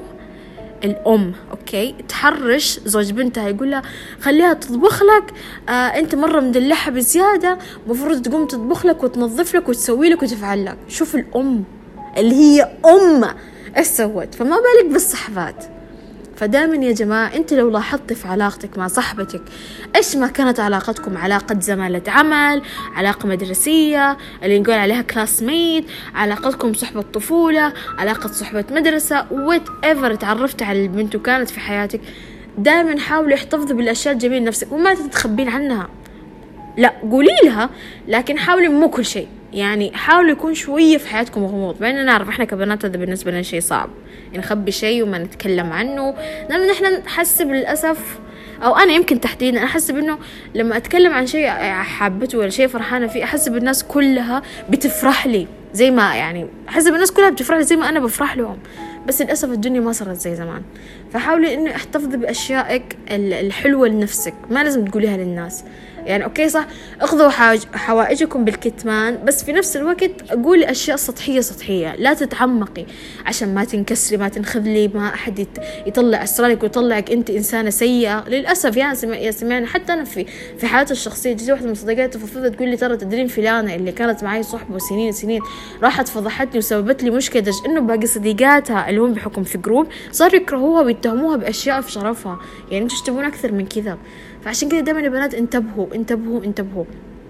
الأم أوكي تحرش زوج بنتها، يقول لها خليها تطبخ لك، أنت مرة مدلعها بزيادة، مفروض تقوم تطبخ لك وتنظف لك وتسوي لك وتفعل لك. شوف الأم اللي هي إيش سوت، فما بالك بالصحبات. فدائما يا جماعة أنت لو لاحظت في علاقتك مع صاحبتك، إيش ما كانت علاقتكم، علاقة زمالة عمل، علاقة مدرسية اللي نقول عليها كلاسميت، علاقتكم صحبة طفولة، علاقة صحبة مدرسة، whatever، تعرفت على البنت وكانت في حياتك، دائما حاولوا احتفظوا بالأشياء الجميلة نفسك وما تتخبين عنها. لا قولي لها، لكن حاولي مو كل شيء، يعني حاولوا يكون شوية في حياتكم غموض. بأننا نعرف إحنا كبنات هذا بالنسبة لنا شيء صعب، نخبي شيء وما نتكلم عنه، لأن إحنا نحس للأسف، أو أنا يمكن تحديدا أحس بأنه لما أتكلم عن شيء حابته ولا شيء فرحانة فيه، أحس بالناس كلها بتفرح لي زي ما، يعني أحس بالناس كلها بتفرح لي زي ما أنا بفرح لهم. بس للأسف الدنيا ما صارت زي زمان. فحاولي إنه احتفظي بأشيائك الحلوة لنفسك، ما لازم تقوليها للناس. يعني أوكي صح، اخذوا حوائجكم بالكتمان، بس في نفس الوقت قولي أشياء سطحية، لا تتعمقي عشان ما تنكسري، ما تنخذلي، ما أحد يطلع أسرارك ويطلعك أنت إنسانة سيئة. للأسف يا سمعني، حتى أنا في حياتي الشخصية جيت واحدة من صديقاتي فضلت تقول لي ترى تدرين فلانة اللي كانت معي صحبة سنين راحت فضحتني وسببت لي مشكلة، إنه باقي صديقاتها اللي هم بحكم في جروب صاروا يكرهوها ويتهموها بأشياء في شرفها. يعني أنتوا تشتبون أكثر من كذا. فعشان كده دائما يا بنات انتبهوا.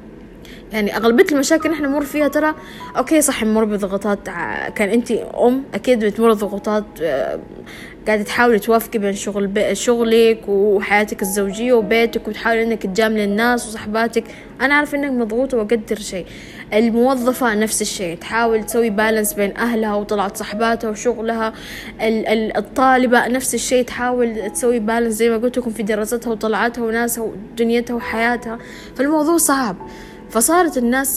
يعني أغلبية المشاكل نحن نمر فيها ترى أوكي صح، نمر بضغوطات، كان أنت أكيد بتمر ضغوطات، قاعدة تحاولي توافقي بين شغلك وحياتك الزوجية وبيتك، وتحاولي إنك تجاملي الناس وصحباتك. أنا عارفة إنك مضغوطة وأقدر شيء. الموظفة نفس الشيء، تحاول تسوي بالانس بين أهلها وطلعت صحباتها وشغلها. الطالبة نفس الشيء، تحاول تسوي بالانس زي ما قلت لكم في دراستها وطلعاتها وناسها ودنيتها وحياتها. فالموضوع صعب. فصارت الناس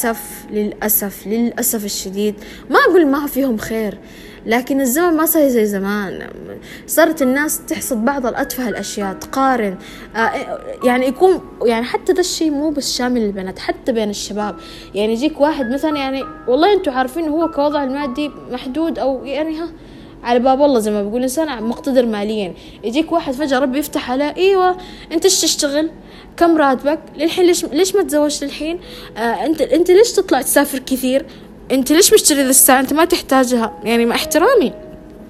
للأسف الشديد، ما أقول ما فيهم خير، لكن الزمن ما صار زي زمان. صارت الناس تحصد بعض الأتفه الأشياء، تقارن، يعني يكون يعني حتى ده الشيء مو بس شامل للبنات، حتى بين الشباب. يعني يجيك واحد مثلا، يعني والله أنتوا عارفين هو كوضع المادي محدود، أو يعني على باب الله زي ما بيقول إنسان مقتدر ماليا، يجيك واحد فجأة ربي يفتح عليه، أيوة أنت إيش تشتغل؟ كم راتبك؟ للحين ليش ما تزوجت للحين؟ أنت ليش تطلع تسافر كثير؟ أنت ليش مشتري ذا الساعة؟ أنت ما تحتاجها. يعني مع احترامي،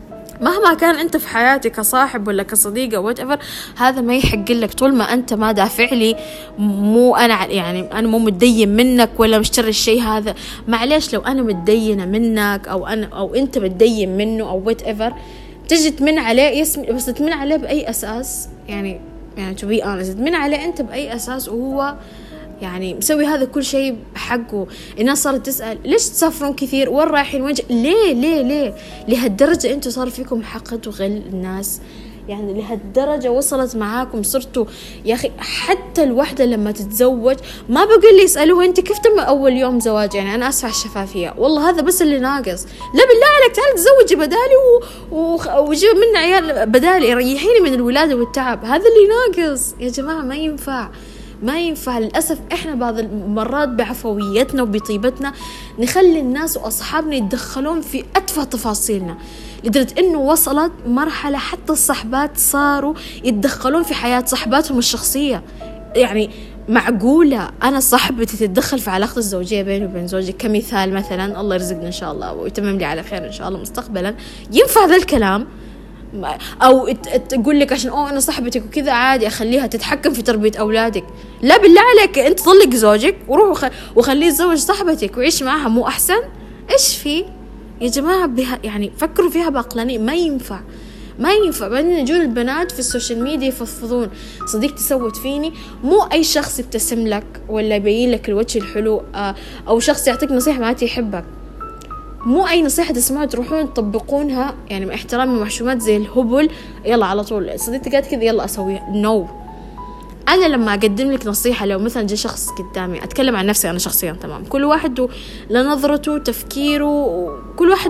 مهما كان أنت في حياتي كصاحب ولا كصديقة whatever، هذا ما يحق لك طول ما أنت ما دافع لي. مو أنا يعني أنا مو متدين منك ولا مشتري الشيء هذا. معليش لو أنا متدينة منك أو أنت متدين منه أو whatever، تجي تمن عليه بس تمن عليه بأي أساس؟ يعني to be honest تمن عليه أنت بأي أساس وهو يعني مسوي هذا كل شيء بحقه؟ الناس صارت تسأل ليش تسافرون كثير، وين رايحين، وين ليه لهالدرجة انتوا صار فيكم حقد وغل الناس؟ يعني لهالدرجة وصلت معاكم صرتوا يا أخي. حتى الوحدة لما تتزوج ما بقول لي يسألوها أنت كيف تم أول يوم زواج. يعني أنا أسفع الشفافية والله هذا بس اللي ناقص. لا بالله عليك تعال تزوجي بدالي وجيب من عيال بدالي، ريحيني من الولادة والتعب. هذا اللي ناقص يا جماعة. ما ينفع للأسف. إحنا بعض المرات بعفويتنا وبطيبتنا نخلي الناس وأصحابنا يتدخلون في أتفه تفاصيلنا، لدرجة إنه وصلت مرحلة حتى الصحبات صاروا يتدخلون في حياة صحباتهم الشخصية. يعني معقولة أنا صاحبتي تتدخل في علاقة الزوجية بيني وبين زوجي كمثال مثلا؟ الله يرزقنا إن شاء الله ويتمم لي على خير إن شاء الله مستقبلا. ينفع ذا الكلام؟ أو تقول لك عشان أنا صاحبتك وكذا عادي أخليها تتحكم في تربية أولادك؟ لا بالله عليك أنت طلق زوجك وروح وخليه يتزوج صاحبتك وعيش معها، مو أحسن؟ إيش في يا جماعة يعني فكروا فيها بعقلانية. ما ينفع. بعدين يجون البنات في السوشيال ميديا يفضفضون صديقتي سوت فيني. مو أي شخص يبتسم لك ولا يبين لك الوجه الحلو أو شخص يعطيك نصيحة معناته يحبك. مو أي نصيحة تسمعها تروحون تطبقونها يعني مع احترامي ومحشومات زي الهبل. يلا على طول صديقتي قالت كذا يلا أسويها. نو. أنا لما أقدم لك نصيحة، لو مثلا جاء شخص قدامي، أتكلم عن نفسي أنا شخصيا تمام، كل واحد لنظرته تفكيره، كل واحد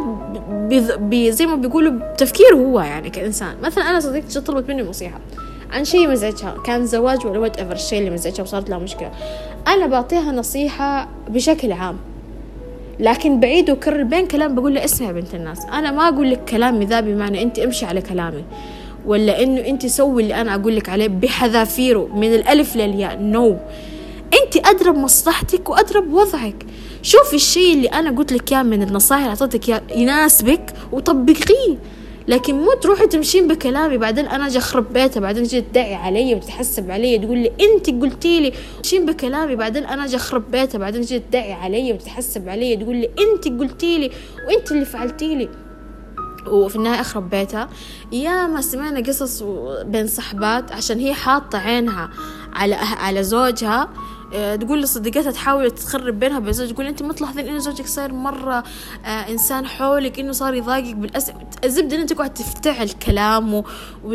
زي ما بيقولوا بتفكيره هو يعني كإنسان. مثلا أنا صديقتي طلبت مني نصيحة عن شيء مزعجها، كان زواج ولا whatever الشيء اللي مزعجها وصارت لها مشكلة. أنا بعطيها نصيحة بشكل عام، لكن بعيد وكرر بين كلام بقول له اسمع يا بنت الناس، أنا ما أقول لك كلامي ذا بمعنى أنت امشي على كلامي، ولا إنه أنت سوي اللي أنا أقول لك عليه بحذافيره من الألف للياء. نو. أنت أدرى بمصلحتك وأدرى بوضعك. شوفي الشيء اللي أنا قلت لك إياه من النصائح اللي أعطيتك إياه يناسبك وطبقيه، لكن مو تروحي تمشين بكلامي بعدين أنا أجي أخرب بيتها، بعدين تجي تدعي علي وتتحسب علي تقول لي أنت قلتي لي. تمشين بكلامي بعدين أنا أجي أخرب بيتها، بعدين تجي تدعي علي وتتحسب علي تقول لي أنت قلتي لي وأنت اللي فعلتي لي، وفي النهاية أخرب بيتها. يا ما سمعنا قصص بين صحبات عشان هي حاطة عينها على زوجها، تقول لصديقتها تحاول تخرب بينها وبين زوجها، تقول أنت ما تلاحظين إنه زوجك صار مرة إنسان حولك، إنه صار يضايقك بالأسف. الزبدة إن أنت قاعد تفتعل كلام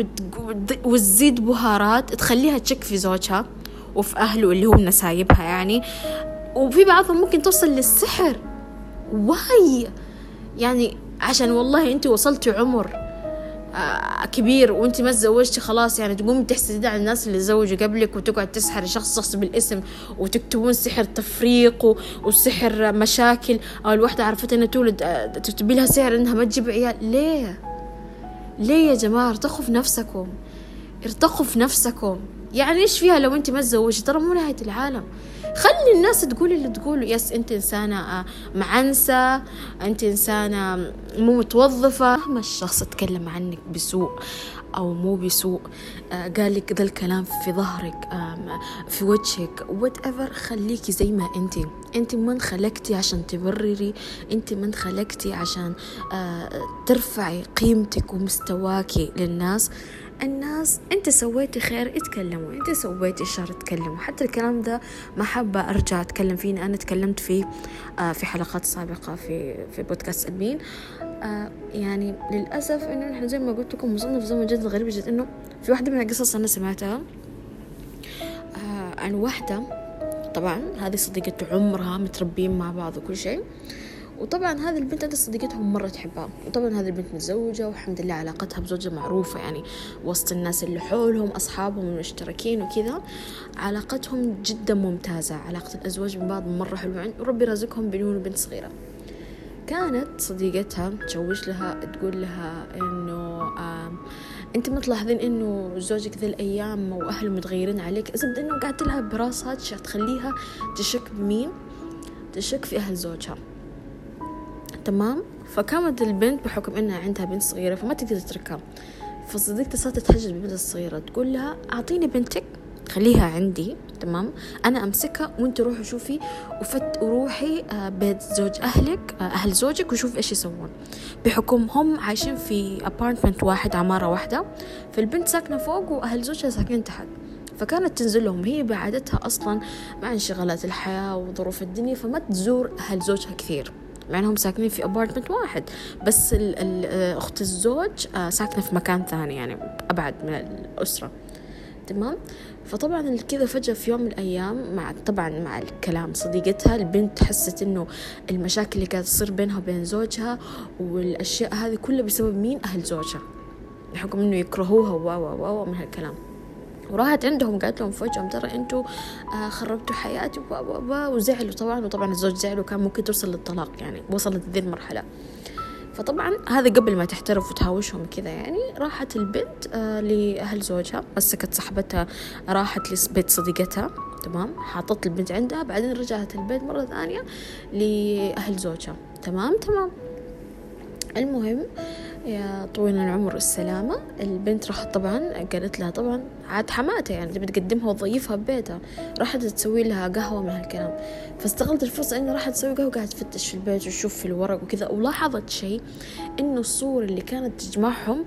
وتزيد بهارات تخليها تشك في زوجها وفي أهله اللي هو نسايبها يعني. وفي بعضهم ممكن توصل للسحر. واي يعني عشان والله أنت وصلتي عمر كبير وأنت ما تزوجتي خلاص، يعني تقوم تحسدي على الناس اللي تزوجوا قبلك وتقعد تسحر شخص بالاسم وتكتبون سحر تفريق وسحر مشاكل، أو الواحدة عرفت أنها تولد تكتبي لها سحر أنها ما تجيب عيال. ليه يا جماعة؟ ارتقوا في نفسكم. يعني إيش فيها لو أنت ما تزوجتي؟ ترى مو نهاية العالم. خلي الناس تقول اللي تقوله. يس أنت إنسانة معنسة، أنت إنسانة مو متوظفة، مهما الشخص اتكلم عنك بسوء أو مو بسوء، قال لك ذا الكلام في ظهرك في وجهك whatever، خليكي زي ما أنت من خلقتي عشان تبرري، أنت من خلقتي عشان ترفعي قيمتك ومستواكي للناس. الناس أنت سويتي خير اتكلموا، أنت سويتي شر اتكلموا. حتى الكلام ده ما حابة أرجع أتكلم فيه، أنا تكلمت فيه في حلقات سابقة في بودكاست ألبين. يعني للأسف إنه نحن زي ما قلت لكم وصلنا في زمن جدا غريب جدا. إنه في واحدة من القصص أنا سمعتها عن واحدة، طبعا هذه صديقة عمرها متربين مع بعض وكل شيء، وطبعا هذه البنت هذه صديقتهم مرة تحبها، وطبعا هذه البنت متزوجة والحمد لله علاقتها بزوجها معروفة يعني وسط الناس اللي حولهم أصحابهم المشتركين وكذا، علاقتهم جدا ممتازة، علاقة الأزواج من بعض مرة حلوة، وربي رزقهم بنون وبنت صغيرة. كانت صديقتها تشوش لها تقول لها إنه أنت ما تلاحظين إنه زوجك ذي الأيام وأهله متغيرين عليك؟ أزبد إنه قاعدت لها براسها تخليها تشك بمين؟ تشك في أهل زوجها. تمام. فقامت البنت بحكم إنها عندها بنت صغيرة فما تقدر تتركها، فصديقتي صارت تتحجج بالبنت الصغيرة تقول لها أعطيني بنتك خليها عندي، تمام، أنا أمسكها وأنت روحي شوفي وروحي بيت زوج أهلك، أهل زوجك، وشوف إيش يسوون، بحكم هم عايشين في أبارتمنت واحد، عمارة واحدة، فالبنت ساكنة فوق وأهل زوجها ساكنين تحت، فكانت تنزل لهم. هي بعادتها أصلا مع انشغالات الحياة وظروف الدنيا فما تزور أهل زوجها كثير، مع أنهم ساكنين في أبارتمنت واحد، بس أخت الزوج ساكنة في مكان ثاني يعني أبعد من الأسرة، تمام. فطبعا كذا فجأة في يوم من الأيام مع الكلام صديقتها البنت حست إنه المشاكل اللي كانت تصير بينها وبين زوجها والأشياء هذه كلها بسبب مين؟ أهل زوجها، بحكم إنه يكرهوها من هالكلام. وراحت عندهم قالت لهم فجأة ترى أنتوا خربتوا حياتي وزعلوا طبعا الزوج زعل وكان ممكن توصل للطلاق، يعني وصلت ذي المرحلة. فطبعا هذا قبل ما تحترف وتهاوشهم كذا يعني، راحت البنت لأهل زوجها، مسكت صاحبتها راحت لبيت صديقتها، تمام، حاطت البنت عندها، بعدين رجعت البيت مرة ثانية لأهل زوجها، تمام. المهم يا طويل العمر والسلامة، البنت راحت طبعا قالت لها طبعا عاد حماتها يعني تبي تقدمها وتضيفها ببيتها، راحت تسوي لها قهوة من هالكلام. فاستغلت الفرصة انه راحت تسوي قهوة وقاعدة تفتش في البيت وتشوف في الورق وكذا، ولاحظت شيء انه الصور اللي كانت تجمعهم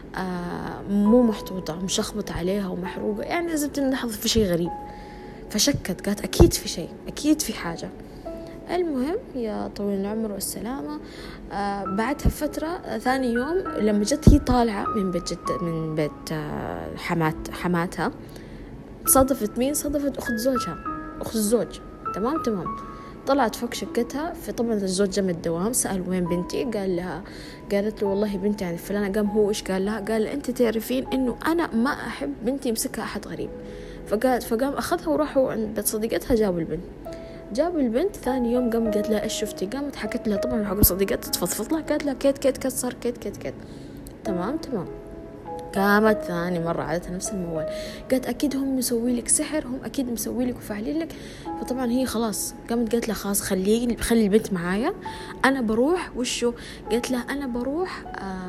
مو محطوطة، مشخبط عليها ومحروقة، يعني لازم تلاحظ في شيء غريب. فشكت قالت أكيد في شيء، أكيد في حاجة. المهم يا طويل العمر والسلامة، بعدها فترة ثاني يوم لما جت هي طالعة من بيت حماتها، صادفت مين؟ صادفت أخت الزوج، تمام. طلعت فوق شقتها، فطبعا الزوج جاء من الدوام، سأل وين بنتي، قالت له والله بنتي يعني فلانة. قام هو إيش قال لها؟ قال أنت تعرفين إنه أنا ما أحب بنتي يمسكها أحد غريب. فقام أخذها وراحوا عند بيت صديقتها، جابوا البنت ثاني يوم. قام قالت لها إيش شفتي؟ قامت حكت لها طبعا حق صديقتها، تفضفض لها، قالت لها كيت صار كيت. تمام. قامت ثاني مرة عادتها نفس الموال، قالت أكيد هم مسوي لك سحر، هم أكيد مسوي لك وفاعلين لك. فطبعا هي خلاص قامت قالت لها خلاص خلي البنت معايا، أنا بروح قالت لها أنا بروح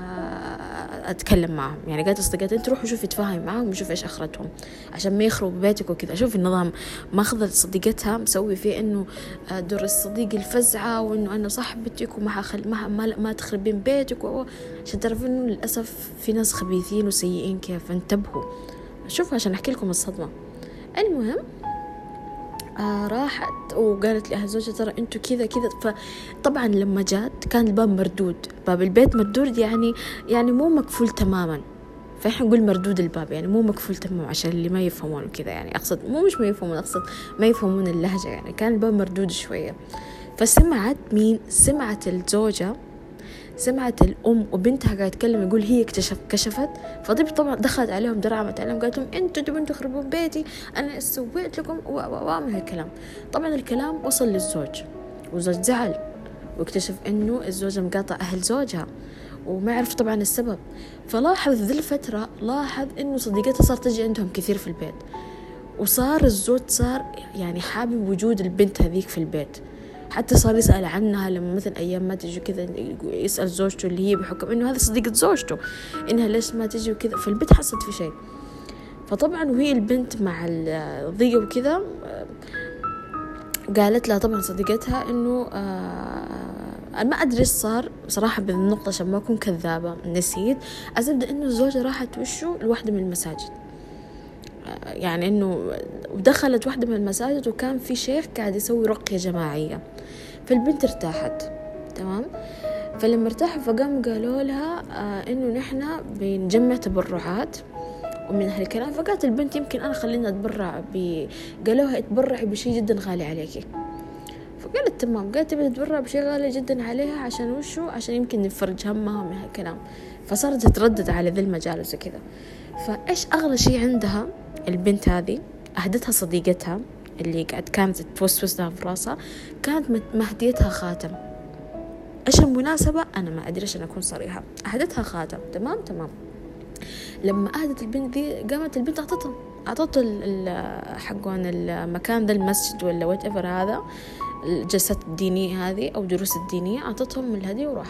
أتكلم معهم، يعني قالت أصدقائي أنت روحوا شوفي تفاهم معهم وشوفي إيش آخرتهم عشان ما يخربوا بيتك وكذا. شوف النظام ماخذ صديقتها مسوي فيه إنه دور الصديق الفزعة، وإنه أنا صاحبتك ما تخربين بيتك عشان تعرفوا إنه للأسف في ناس خبيثين وسيئين كيف، انتبهوا. شوفوا عشان أحكي لكم الصدمة. المهم راحت وقالت لأهل زوجها ترى أنتوا كذا. فطبعا لما جات كان الباب مردود، باب البيت مردود، يعني مو مقفول تماما. فإحنا نقول مردود الباب، يعني مو مقفول تماما عشان اللي ما يفهمون وكذا، يعني أقصد مش ما يفهمون، أقصد ما يفهمون اللهجة، يعني كان الباب مردود شوية. فسمعت مين؟ سمعت الزوجة، سمعت الأم وبنتها قاعدة تتكلم، يقول هي كشفت. فضيب طبعا دخلت عليهم درعمت عليهم، قالت لهم انتوا تبون تخربون بيتي، انا سويت لكم من هالكلام. طبعا الكلام وصل للزوج، والزوج زعل واكتشف انه الزوجة مقاطع اهل زوجها وما يعرف طبعا السبب. فلاحظ ذي الفترة انه صديقتها صار تجي عندهم كثير في البيت، وصار الزوج يعني حابب وجود البنت هذيك في البيت، حتى صار يسأل عنها لما مثلا أيام ما تجي كذا، يسأل زوجته اللي هي بحكم إنه هذه صديقة زوجته إنها ليش ما تجي وكذا. فالبنت حست في شيء. فطبعا وهي البنت مع الضيقة وكذا قالت لها طبعا صديقتها إنه ما أدري إيش صار صراحة بالنقطة عشان ما أكون كذابة، نسيت أزبد إنه الزوجة راحت لواحدة من المساجد، يعني إنه ودخلت واحدة من المساجد وكان في شيخ قاعد يسوي رقية جماعية. فالبنت ارتاحت، تمام. فلما ارتاحوا فقام قالوا لها إنه نحنا بنجمع تبرعات ومن هالكلام. فقالت البنت يمكن أنا خلينا أتبرع قالوها اتبرعي بشيء جدا غالي عليكي. فقالت تمام، قالت تبي تتبرع بشيء غالي جدا عليها عشان يمكن نفرج همها من هالكلام. فصارت تتردد على ذي المجالس وكذا. فإيش أغلى شيء عندها البنت هذه؟ أهدتها صديقتها اللي كانت توسوس لها في راسها، كانت مهديتها خاتم. إيش المناسبة؟ أنا ما أدري عشان أكون صريحة. أهدتها خاتم، تمام. لما أهدت البنت دي قامت البنت أعطت حقون المكان ذا المسجد ولا whatever هذا الجلسات الدينية هذه أو دروس الدينية، أعطتهم الهدية وراحت.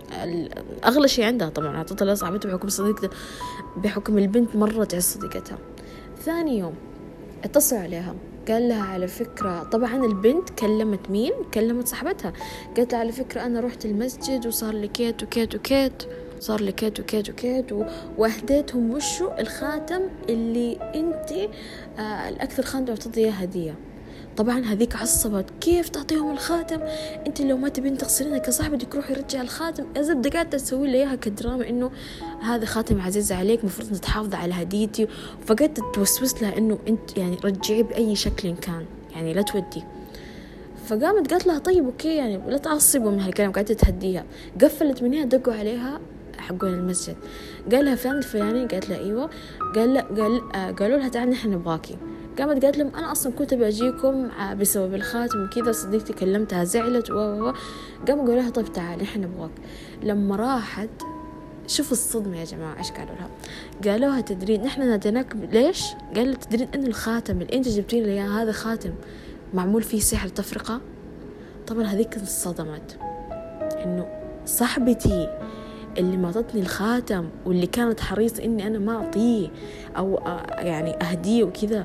أغلى شيء عندها طبعا أعطتها لصاحبتها بحكم صديقتها، بحكم البنت مرة تعز صديقتها. ثاني يوم اتصل عليها قال لها على فكرة، طبعا البنت كلمت مين؟ كلمت صاحبتها، قالت لها على فكرة أنا رحت المسجد وصار لي كيت وكيت وكيت، صار لي كيت وكيت وكيت وأهديتهم وشو الخاتم اللي أنت الأكثر خاتم تعطيها هدية. طبعا هذيك عصبت، كيف تعطيهم الخاتم؟ انت لو ما تبين تغسلينها كصاحبتك روحي رجع الخاتم. الزبدة قاعدة تسوي لي اياها كدراما انه هذا خاتم عزيز عليك مفروض تحافظ على هديتي، وفقدت توسوس لها انه انت يعني رجعي باي شكل كان، يعني لا تودي. فقامت قالت لها طيب اوكي يعني لا تعصبوا من هالكلام، قاعدة تهديها. قفلت منها، دقوا عليها حقون المسجد، قال لها فلان الفلاني، قالت لها ايوه، قالوا لها تعالي نحن نبغاكي. قامت قالت لهم أنا أصلا كنت بأجيكم بسبب الخاتم وكذا، صديقتي كلمتها زعلت قاموا قالوا لها طيب تعالي إحنا نبغاك. لما راحت شوفوا الصدمة يا جماعة إيش قالوا لها، قالوها تدرين نحن ناديناك ليش؟ قالت تدرين إن الخاتم اللي أنت جبتين لي هذا خاتم معمول فيه سحر تفرقة. طبعا هذيك انصدمت إنه صاحبتي اللي ما عطتني الخاتم واللي كانت حريصة إني أنا ما أعطيه أو يعني أهديه وكذا،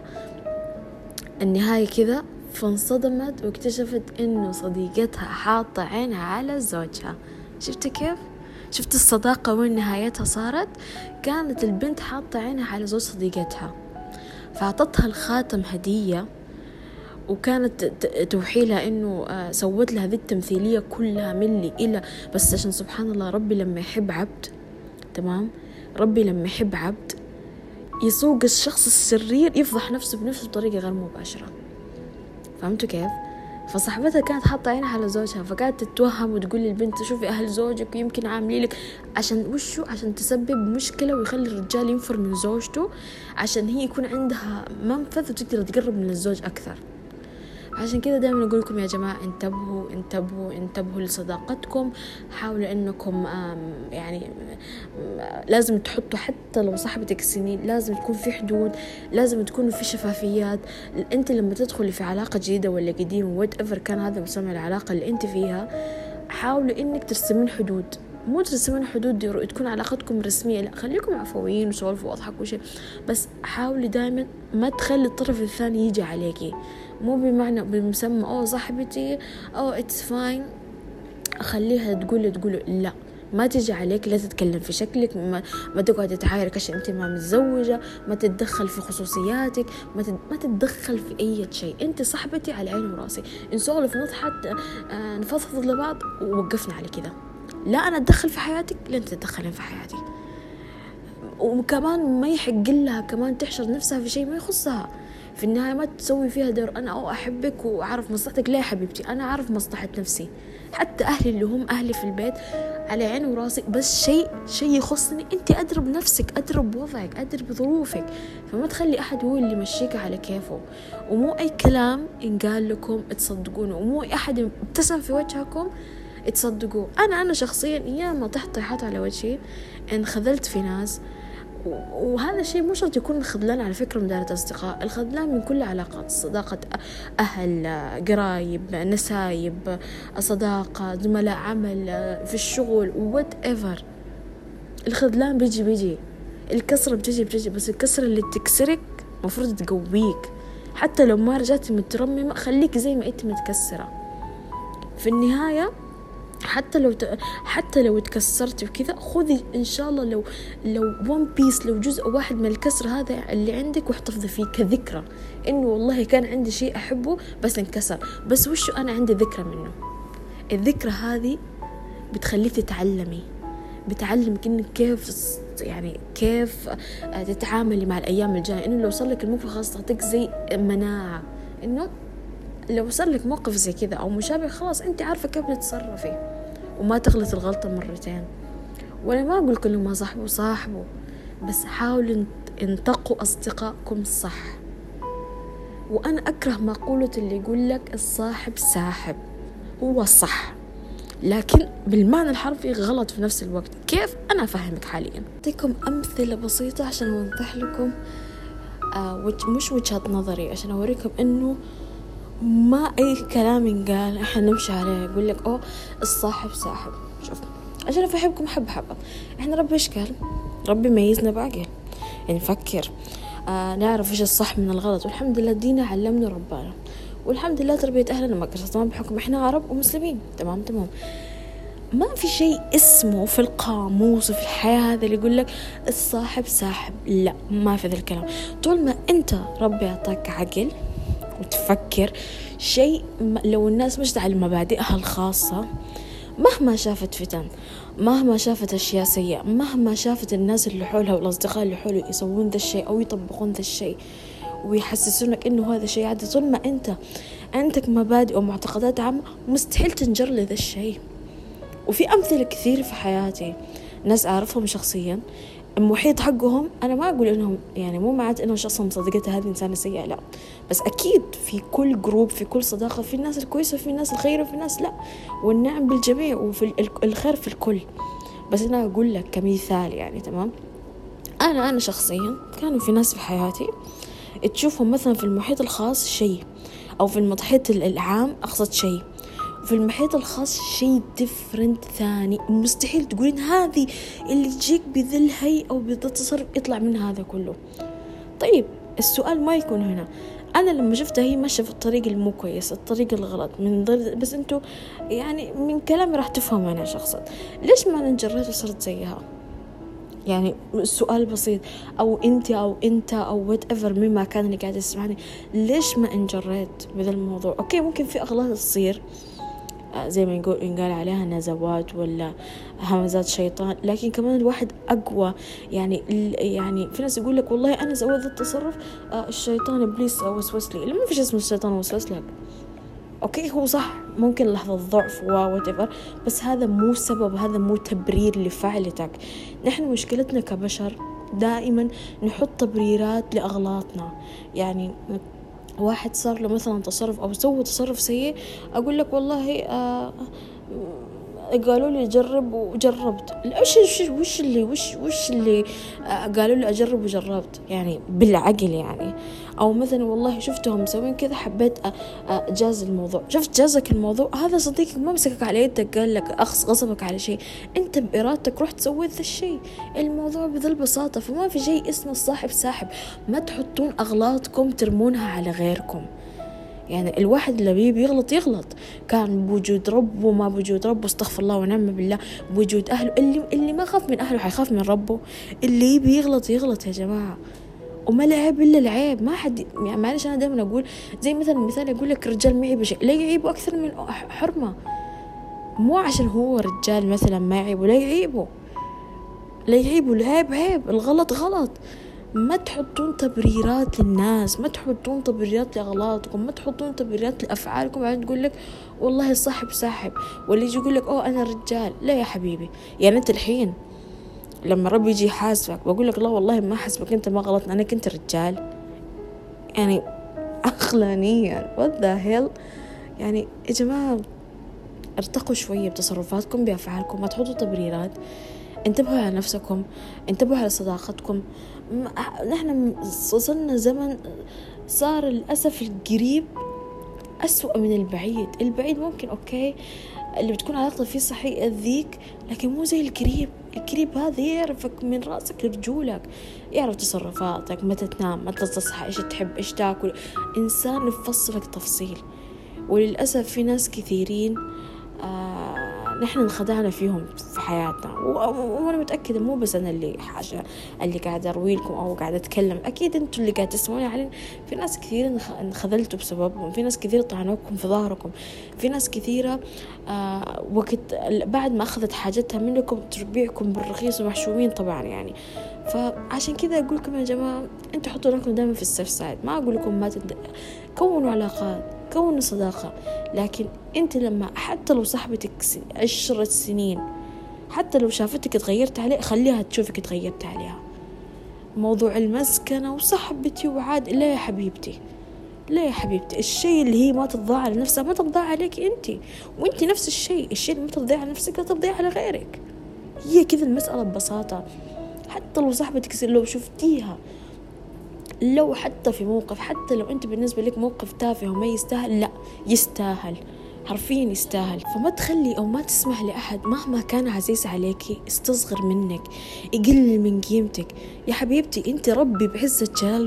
النهاية كذا. فانصدمت واكتشفت إنه صديقتها حاطة عينها على زوجها. شفت كيف؟ شفت الصداقة وين نهايتها صارت؟ كانت البنت حاطة عينها على زوج صديقتها، فعطتها الخاتم هدية، وكانت توحي لها إنه سوت لها هذه التمثيلية كلها من لي إلى، بس عشان سبحان الله ربي لما يحب عبد، تمام، ربي لما يحب عبد يسوق الشخص الشرير يفضح نفسه بنفسه بطريقة غير مباشرة. فهمتوا كيف؟ فصاحبتها كانت حاطة عينها على زوجها، فكانت تتوهم وتقول للبنت شوفي أهل زوجك ويمكن عاملين لك عشان وشو، عشان تسبب مشكلة ويخلي الرجال ينفر من زوجته، عشان هي يكون عندها منفذ وتقدر تقرب من الزوج أكثر. عشان كده دائما أقول لكم يا جماعة انتبهوا انتبهوا انتبهوا لصداقتكم. حاولوا انكم يعني لازم تحطوا، حتى لو صاحبتك سنين لازم تكون في حدود، لازم تكون في شفافيات. انت لما تدخلي في علاقة جديدة ولا قديمة whatever كان هذا مسمى العلاقة اللي انت فيها، حاولوا انك ترسمين حدود، مو ترسمين حدود تكون علاقتكم رسمية، لا خليكم عفويين وسولفوا واضحك وشيء، بس حاولي دائما ما تخلي الطرف الثاني يجي عليكي، مو بمعنى بمسمى صاحبتي it's fine أخليها تقول لا، ما تيجي عليك، لا تتكلم في شكلك، ما تقعد تعايرك عشان انت ما متزوجة، ما تتدخل في خصوصياتك، ما تتدخل في اي شيء. انت صاحبتي على عيني وراسي، نسولف نضحك نفضفض لبعض ووقفنا على كذا، لا انا اتدخل في حياتك، لا انت تتدخلين في حياتي. وكمان ما يحق لها كمان تحشر نفسها في شيء ما يخصها، في النهاية ما تسوي فيها دور أنا أحبك وأعرف مصلحتك. لا يا حبيبتي، أنا أعرف مصلحة نفسي، حتى أهلي اللي هم أهلي في البيت على عيني وراسي، بس شيء يخصني أنت أدري بنفسك، أدري بوضعك، أدري بظروفك، فما تخلي أحد هو اللي يمشيك على كيفه، ومو أي كلام إنقال لكم تصدقونه، ومو أي أحد ابتسم في وجهكم تصدقوه. أنا شخصيا ياما طحت طيحات على وجهي، انخذلت في ناس، وهذا الشيء مو شرط يكون الخذلان على فكرة من دائرة أصدقاء، الخذلان من كل علاقات، صداقة أهل، قرايب، نسايب، صداقة، زملاء عمل، في الشغل whatever. الخذلان بيجي، الكسرة بتجي، بس الكسرة اللي تكسرك مفروض تقويك، حتى لو ما رجعتي مترممة خليك زي ما انت متكسرة. في النهاية حتى لو تكسرتي وكذا، خذي إن شاء الله لو one piece، لو جزء واحد من الكسر هذا اللي عندك واحتفظي فيه كذكرى، إنه والله كان عندي شيء أحبه بس انكسر، بس وشو أنا عندي ذكرى منه. الذكرى هذه بتخليك تتعلمي، بتعلمك إنك كيف تتعاملي مع الأيام الجاية. إنه لو صار لك الموقف خلاص تعطيك زي مناعة، إنه لو صار لك موقف زي كذا أو مشابه خلاص أنت عارفة كيف تتصرفي وما تغلط الغلطة مرتين. وأنا ما أقول كل ما صاحبه، بس حاولوا انتقوا أصدقائكم الصح. وأنا أكره مقولة اللي يقول لك الصاحب ساحب، هو الصح لكن بالمعنى الحرفي غلط في نفس الوقت. كيف؟ أنا أفهمك حاليا، أعطيكم أمثلة بسيطة عشان أوضح لكم مش وجهة نظري، عشان أوريكم إنه ما أي كلام ينقال إحنا نمشي عليه. يقول لك الصاحب ساحب. شوف، عشان أفهمكم حبة. إحنا ربي إيش قال؟ ربي ميزنا بعقل، يعني نفكر، نعرف إيش الصح من الغلط، والحمد لله دينا علمنا ربنا، والحمد لله تربية أهلنا ما قصرت، تمام، بحكم إحنا عرب ومسلمين، تمام. ما في شيء اسمه في القاموس وفي الحياة هذا اللي يقول لك الصاحب ساحب، لا، ما في ذا الكلام. طول ما أنت ربي أعطاك عقل وتفكر شيء، لو الناس مشت على مبادئها الخاصة، مهما شافت فتن، مهما شافت أشياء سيئة، مهما شافت الناس اللي حولها والأصدقاء اللي حولها يسوون ذا الشيء أو يطبقون ذا الشيء ويحسسونك إنه هذا شيء عادي، طول ما أنت عندك مبادئ ومعتقدات عامة مستحيل تنجر لذا الشيء. وفي أمثلة كثير في حياتي، ناس أعرفهم شخصيا، المحيط حقهم، أنا ما أقول إنهم يعني مو معنات إنه شخص مصدقته هذه إنسانة سيئة، لا، بس أكيد في كل جروب، في كل صداقة، في الناس الكويسة، في الناس الخيرة، في الناس لا، والنعم بالجميع، وفي الخير في الكل. بس أنا أقول لك كمثال يعني، تمام، أنا شخصيا كانوا في ناس في حياتي تشوفهم مثلا في المحيط الخاص شيء، أو في المحيط العام أقصد شيء، في المحيط الخاص شيء ديفرنت ثاني، مستحيل تقولين هذه اللي تجيك بذا الهيئة أو بذا التصرف يطلع من هذا كله. طيب السؤال ما يكون هنا أنا لما شفتها هي ماشية في الطريق المو كويس، الطريق الغلط، من ضمن بس أنتوا يعني من كلامي راح تفهموا أنا شخصا ليش ما نجريت وصرت زيها. يعني السؤال بسيط، أو أنت أو whatever مما كان اللي قاعد يسمعني، ليش ما انجريت بهذا الموضوع؟ أوكي ممكن في أغلاط تصير زي ما ينقال عليها نزوات ولا همزات شيطان، لكن كمان الواحد أقوى. يعني في ناس يقول لك والله أنا سويت ذا التصرف الشيطان إبليس وسوس لي، ما فيش اسم الشيطان وسوس لك. أوكي هو صح ممكن لحظة ضعف whatever، بس هذا مو سبب، هذا مو تبرير لفعلتك. نحن مشكلتنا كبشر دائما نحط تبريرات لأغلاطنا. يعني واحد صار له مثلا تصرف أو سوى تصرف سيء، أقول لك والله قالوا لي جرب وجربت. وش اللي قالوا لي أجرب وجربت يعني بالعقل يعني. أو مثلا والله شفتهم مسوين كذا حبيت أجاز الموضوع. شفت جازك الموضوع هذا صديقك ما مسكك على يدك قال لك غصبك على شيء، أنت بإرادتك رحت سويت ذا الشيء. الموضوع بذل البساطة. فما في شيء اسمه الصاحب ساحب. ما تحطون أغلاطكم ترمونها على غيركم. يعني الواحد اللي بيغلط يغلط، كان بوجود ربه ما بوجود ربه، استغفر الله ونعم بالله، بوجود أهله. اللي ما خاف من أهله حيخاف من ربه. اللي بيغلط يغلط يا جماعة، وما العيب إلا العيب. ما حد يعني معلش أنا دائما أقول زي مثلا مثال يقول لك رجال ما يعيب شيء، لا يعيبه أكثر من حرمة. مو عشان هو رجال مثلا ما يعيبه، لا يعيبه العيب عيب، الغلط غلط. ما تحطون تبريرات للناس، ما تحطون تبريرات لأغلاطكم، ما تحطون تبريرات لأفعالكم بعدين تقول لك والله الصاحب ساحب، واللي يجي يقول لك أنا رجال. لا يا حبيبي، يعني أنت الحين لما ربي يجي يحاسبك بقول لك لا والله ما حاسبك، أنت ما غلطت، أنا كنت رجال. يعني عقلانيا what the hell. يعني يا جماعة ارتقوا شوية بتصرفاتكم بأفعالكم، ما تحطوا تبريرات. انتبهوا على نفسكم، انتبهوا على صداقتكم. نحن وصلنا زمن صار للأسف القريب أسوأ من البعيد. البعيد ممكن أوكي اللي بتكون علاقته فيه صحيح يأذيك، لكن مو زي القريب هذا يعرفك من رأسك لرجولك، يعرف تصرفاتك، متى تنام، متى تصحى، إيش تحب، إيش تاكل. إنسان يفصلك تفصيل. وللأسف في ناس كثيرين نحن انخدعنا فيهم في حياتنا. وأنا متأكدة مو بس أنا اللي قاعدة أروي لكم أو قاعدة أتكلم، أكيد أنتوا اللي قاعدة تسمعوني علين. في ناس كثيرة انخذلتوا بسببهم، في ناس كثيرة طعنوكم في ظهركم، في ناس كثيرة وقت بعد ما أخذت حاجتها منكم تربيعكم بالرخيص ومحشومين طبعا يعني. فعشان كذا أقول لكم يا جماعة أنتوا حطوا لكم دائما في السيف سايد. ما أقول لكم ما كونوا علاقات، كونوا صداقة، لكن أنت لما حتى لو صاحبتك 10 سنين، حتى لو شافتك تغيرت عليه، خليها تشوفك تغيرت عليها. موضوع المسكنة وصاحبتي وعاد، لا يا حبيبتي، الشيء اللي هي ما ترضى على نفسها ما ترضى عليك أنت، وأنت نفس الشيء اللي ما ترضى على نفسك لا ترضى على غيرك. هي كذا المسألة ببساطة. حتى لو صاحبتك لو شفتيها، لو حتى في موقف، حتى لو أنت بالنسبة لك موقف تافه وما يستاهل، لا يستاهل، حرفيا يستاهل. فما تخلي أو ما تسمح لأحد مهما كان عزيز عليكي يستصغر منك، يقلل من قيمتك. يا حبيبتي أنت ربي بعزة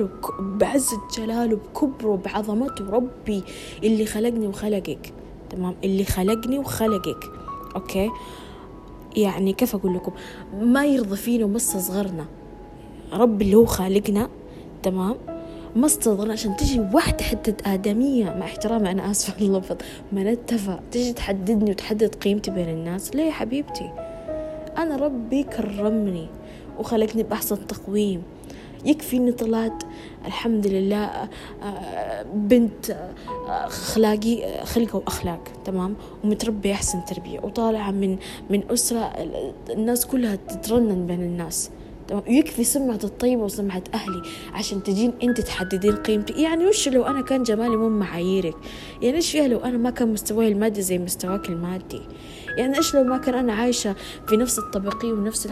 جلاله بكبره بعظمته، ربي اللي خلقني وخلقك، تمام، اللي خلقني وخلقك، أوكي؟ يعني كيف أقول لكم، ما يرضى فينا وما استصغرنا. رب اللي هو خالقنا، تمام، ما استصغرنا عشان تجي واحدة حتة آدمية، مع احترامي أنا آسفة اللفظ، ما نتفق، تجي تحددني وتحدد قيمتي بين الناس. ليه يا حبيبتي؟ أنا ربي كرمني وخلقني بأحسن تقويم. يكفي إني طلعت الحمد لله بنت أخلاقي خلقة وأخلاق، تمام، ومتربية أحسن تربية، وطالعة من أسرة الناس كلها تترنن بين الناس، تمام. يكفي سمعة الطيبة وسمعة أهلي عشان تجين أنت تحددين قيمتي. يعني وش لو أنا كان جمالي مو معاييرك؟ يعني إيش فيها لو أنا ما كان مستواي المادي زي مستواك المادي؟ يعني إيش لو ما كان أنا عايشة في نفس الطبقية ونفس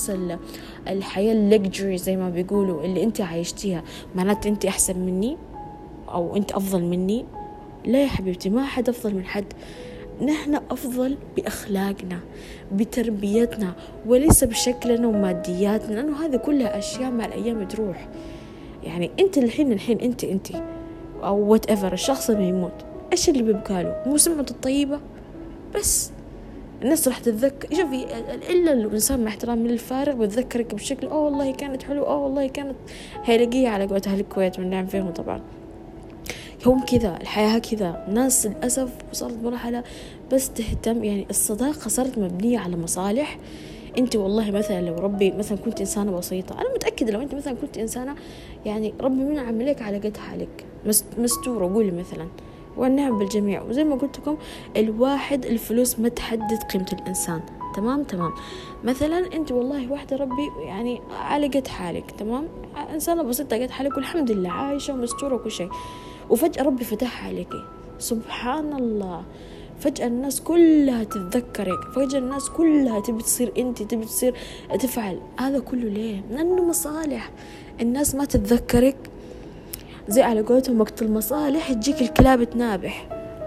الحياة اللكجري زي ما بيقولوا اللي أنت عايشتيها؟ معناته أنت أحسن مني أو أنت أفضل مني؟ لا يا حبيبتي، ما حد أفضل من حد. نحن أفضل بأخلاقنا، بتربيتنا، وليس بشكلنا ومادياتنا، لأنه هذه كلها أشياء مع الأيام تروح. يعني أنت الحين أنت أو whatever الشخص ما يموت، إيش اللي بيبقى له؟ مو سمعة الطيبة بس. الناس راح تتذكر، شوفي، إلا الإنسان مع احترام للفارغ بتذكرك بشكل والله كانت حلوة، والله كانت هيلاقيها على قوة أهل الكويت والنعم فيهم طبعا. هم كذا، الحياة كذا، ناس للأسف وصلت مرحلة بس تهتم، يعني الصداقة صارت مبنية على مصالح. انت والله مثلا لو ربي مثلا كنت إنسانة بسيطة، أنا متأكدة لو انت مثلا كنت إنسانة يعني ربي منعم عليك على قد حالك، مستورة، قولي مثلا، والنعم بالجميع. وزي ما قلت لكم الواحد الفلوس ما تحدد قيمة الإنسان، تمام. مثلا انت والله واحدة ربي يعني على قد حالك، تمام، إنسانة بسيطة قد حالك والحمد لله عايشة ومستورة وكل شيء، وفجأة ربي فتحها عليكي، سبحان الله، فجأة الناس كلها تتذكرك، فجأة الناس كلها تبي تصير انت، تبي تصير تفعل هذا كله. ليه؟ لأنه مصالح. الناس ما تتذكرك زي على قولتهم وقت المصالح تجيك الكلاب تنابح.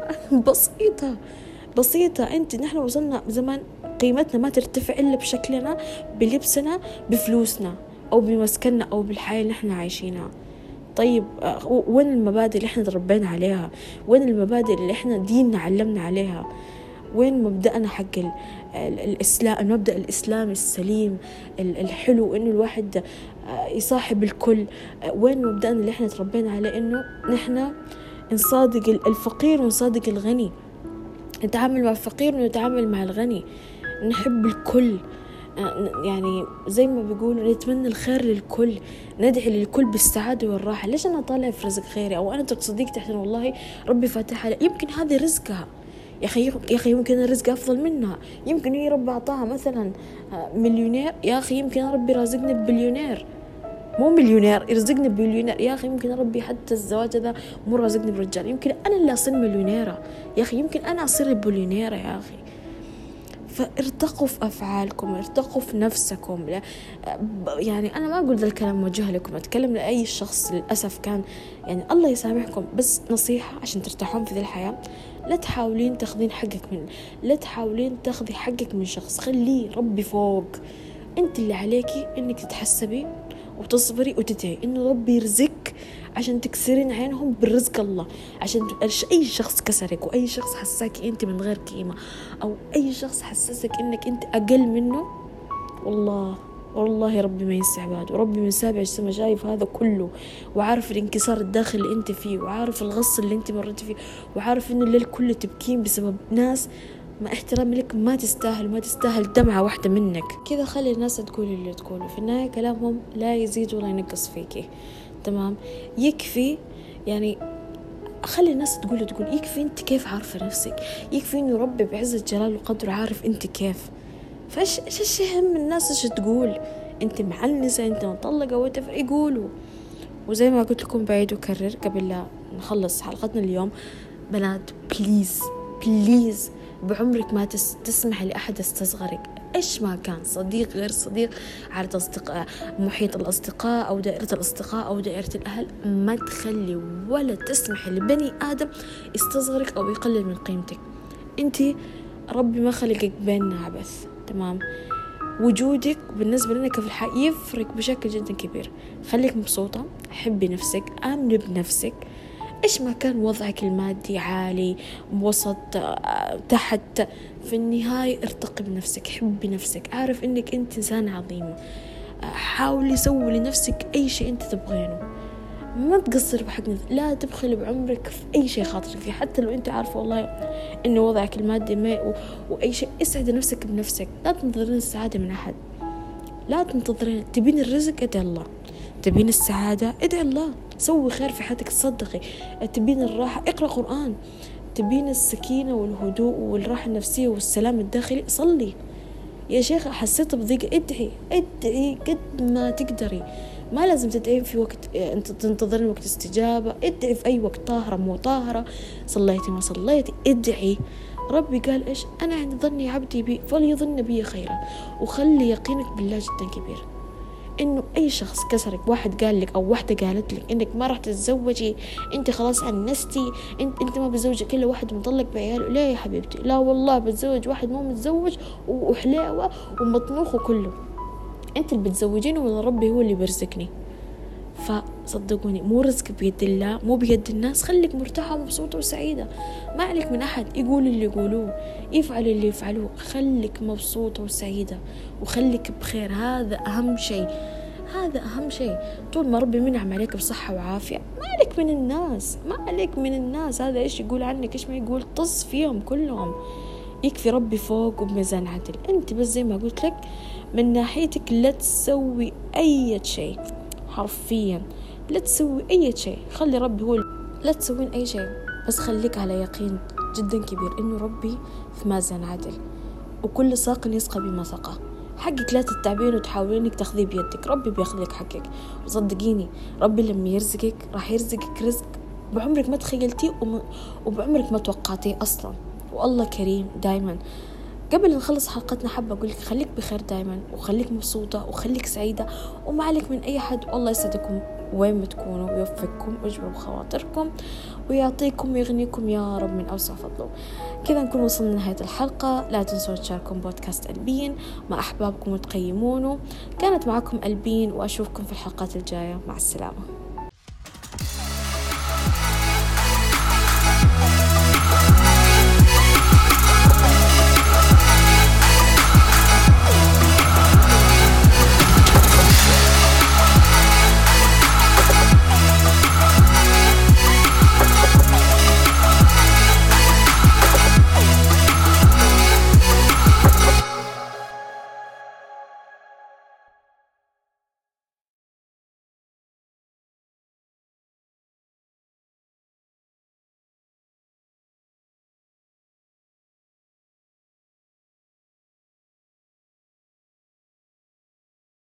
بسيطة. انت نحن وصلنا زمان قيمتنا ما ترتفع إلا بشكلنا، بلبسنا، بفلوسنا، أو بمسكننا، أو بالحياة اللي نحن عايشينها. طيب وين المبادئ اللي احنا تربينا عليها؟ وين المبادئ اللي احنا ديننا علمنا عليها؟ وين مبدأنا حق الإسلام، المبدأ الإسلامي السليم الحلو إنه الواحد يصاحب الكل؟ وين مبدأنا اللي احنا تربينا عليه إنه نحن نصادق الفقير ونصادق الغني، نتعامل مع الفقير ونتعامل مع الغني، نحب الكل، يعني زي ما بيقولوا نتمنى الخير للكل، ندعي للكل بالسعادة والراحة. ليش أنا طالع في رزق خيري أو أنا صديقتي عشان والله ربي فاتح علي؟ يمكن هذا رزقها يا أخي يمكن الرزق أفضل منها، يمكن هي ربي أعطاها مثلا مليونير، يا أخي يمكن ربي رازقني ببليونير، مو مليونير يرزقني ببليونير، يا أخي يمكن ربي حتى الزواج هذا مو رازقني برجال، يمكن أنا اللي أصير مليونيرة، يا أخي يمكن أنا أصير بليونيرة يا أخي. فارتقوا في أفعالكم، ارتقوا في نفسكم. يعني أنا ما أقول ذا الكلام موجه لكم، أتكلم لأي شخص للأسف كان يعني الله يسامحكم، بس نصيحة عشان ترتاحون في ذي الحياة، لا تحاولين تاخذين حقك لا تحاولين تاخذي حقك من شخص، خليه ربي فوق. أنت اللي عليكي إنك تتحسبي وتصبري وتدعي إنه ربي يرزقك عشان تكسرين عينهم بالرزق الله. عشان أي شخص كسرك وأي شخص حساك أنت من غير قيمة، أو أي شخص حسسك إنك أنت أقل منه، والله ربي ما ينسى عباده، وربي من سابع السما شايف هذا كله، وعارف الانكسار الداخلي اللي أنت فيه، وعارف الغص اللي أنت مرت فيه، وعارف إنه الليل كله تبكين بسبب ناس مع احترامي لك ما تستاهل دمعة واحدة منك. كذا خلي الناس تقول اللي تقوله، في النهاية كلامهم لا يزيد ولا ينقص فيكي، تمام. يكفي يعني خلي الناس تقول يكفي انت كيف عارفة نفسك، يكفي انه ربي بعزة جلاله وقدره عارف انت كيف. فايش هم الناس ايش تقول؟ انت معنسة، انت مطلقة، يقولوا. وزي ما قلت لكم بعيد وكرر قبل لا نخلص حلقتنا اليوم، بنات بليز بعمرك ما تسمح لأحد يستصغرك، إيش ما كان، صديق غير صديق، عادة أصدقاء، محيط الأصدقاء أو دائرة الأصدقاء أو دائرة الأهل، ما تخلي ولا تسمح لبني آدم يستصغرك أو يقلل من قيمتك. أنت ربي ما خلقك بيننا عبث، تمام؟ وجودك بالنسبة لنا في الحياة يفرق بشكل جدا كبير. خليك مبسوطة، حبي نفسك، آمني بنفسك، إيش ما كان وضعك المادي عالي وسط تحت، في النهاية ارتقي بنفسك، حبي نفسك، عارف إنك أنت إنسان عظيم. حاولي سوي لنفسك أي شيء أنت تبغينه، ما تقصر بحق نفسك، لا تبخل بعمرك في أي شيء خاطرك فيه، حتى لو أنت عارف والله إنه وضعك المادي ما وأي شيء. اسعد نفسك بنفسك، لا تنتظرين السعادة من أحد، لا تنتظرين. تبين الرزق ادعي الله، تبين السعادة ادعي الله، سوي خير في حياتك، صدقي. تبين الراحة اقرأ قرآن، تبين السكينة والهدوء والراحة النفسية والسلام الداخلي صلي. يا شيخ حسيت بضيقة ادعي قد ما تقدري، ما لازم تدعين في وقت انت تنتظرين وقت استجابة، ادعي في اي وقت، طاهرة مو طاهرة، صليتي ما صليتي، ادعي. ربي قال ايش؟ انا عند ظني عبدي بي فليظن بي خيرا. وخلي يقينك بالله جدا كبير، انه اي شخص كسرك، واحد قال لك او واحدة قالت لك انك ما راح تتزوجي، انت خلاص عنستي، انت ما بتزوجي كل واحد مطلق بعياله، لا يا حبيبتي، لا والله بتزوج واحد مو متزوج وحلاوة ومطنوخ وكله، انت اللي بتزوجينه ولا ربي هو اللي بيرزقني. فصدقوني مو رزق بيد الله، مو بيد الناس. خليك مرتاحة ومبسوطة وسعيدة، ما عليك من أحد يقول اللي يقولوه، يفعل اللي يفعلوه، خليك مبسوطة وسعيدة وخليك بخير. هذا أهم شيء، هذا أهم شيء. طول ما ربي منعم عليك بصحة وعافية، ما عليك من الناس، ما عليك من الناس. هذا إيش يقول عنك، إيش ما يقول، طص فيهم كلهم. يكفي ربي فوق وبميزان عدل. أنت بس زي ما قلت لك من ناحيتك لا تسوي أي شيء، حرفيا لا تسوي أي شيء، خلي ربي هو لا تسوين أي شيء، بس خليك على يقين جدا كبير إنه ربي في ميزان عدل، وكل ساق يسقى بما سقى. حقك لا تتعبين وتحاولين انك تاخذيه بيدك، ربي بياخذ لك حقك. وصدقيني ربي لما يرزقك راح يرزقك رزق بعمرك ما تخيلتيه وبعمرك ما توقعتيه اصلا. والله كريم دايما. قبل نخلص حلقتنا حابة أقول لك خليك بخير دايما، وخليك مبسوطة وخليك سعيدة، وما عليك من أي حد. والله يسعدكم وين ما تكونوا، ويوفقكم ويجبر بخواطركم ويعطيكم ويغنيكم يا رب من أوسع فضله. كذا نكون وصلنا لنهاية الحلقة. لا تنسوا تشاركون بودكاست ألبين مع أحبابكم وتقيمونه. كانت معكم ألبين، وأشوفكم في الحلقات الجاية. مع السلامة.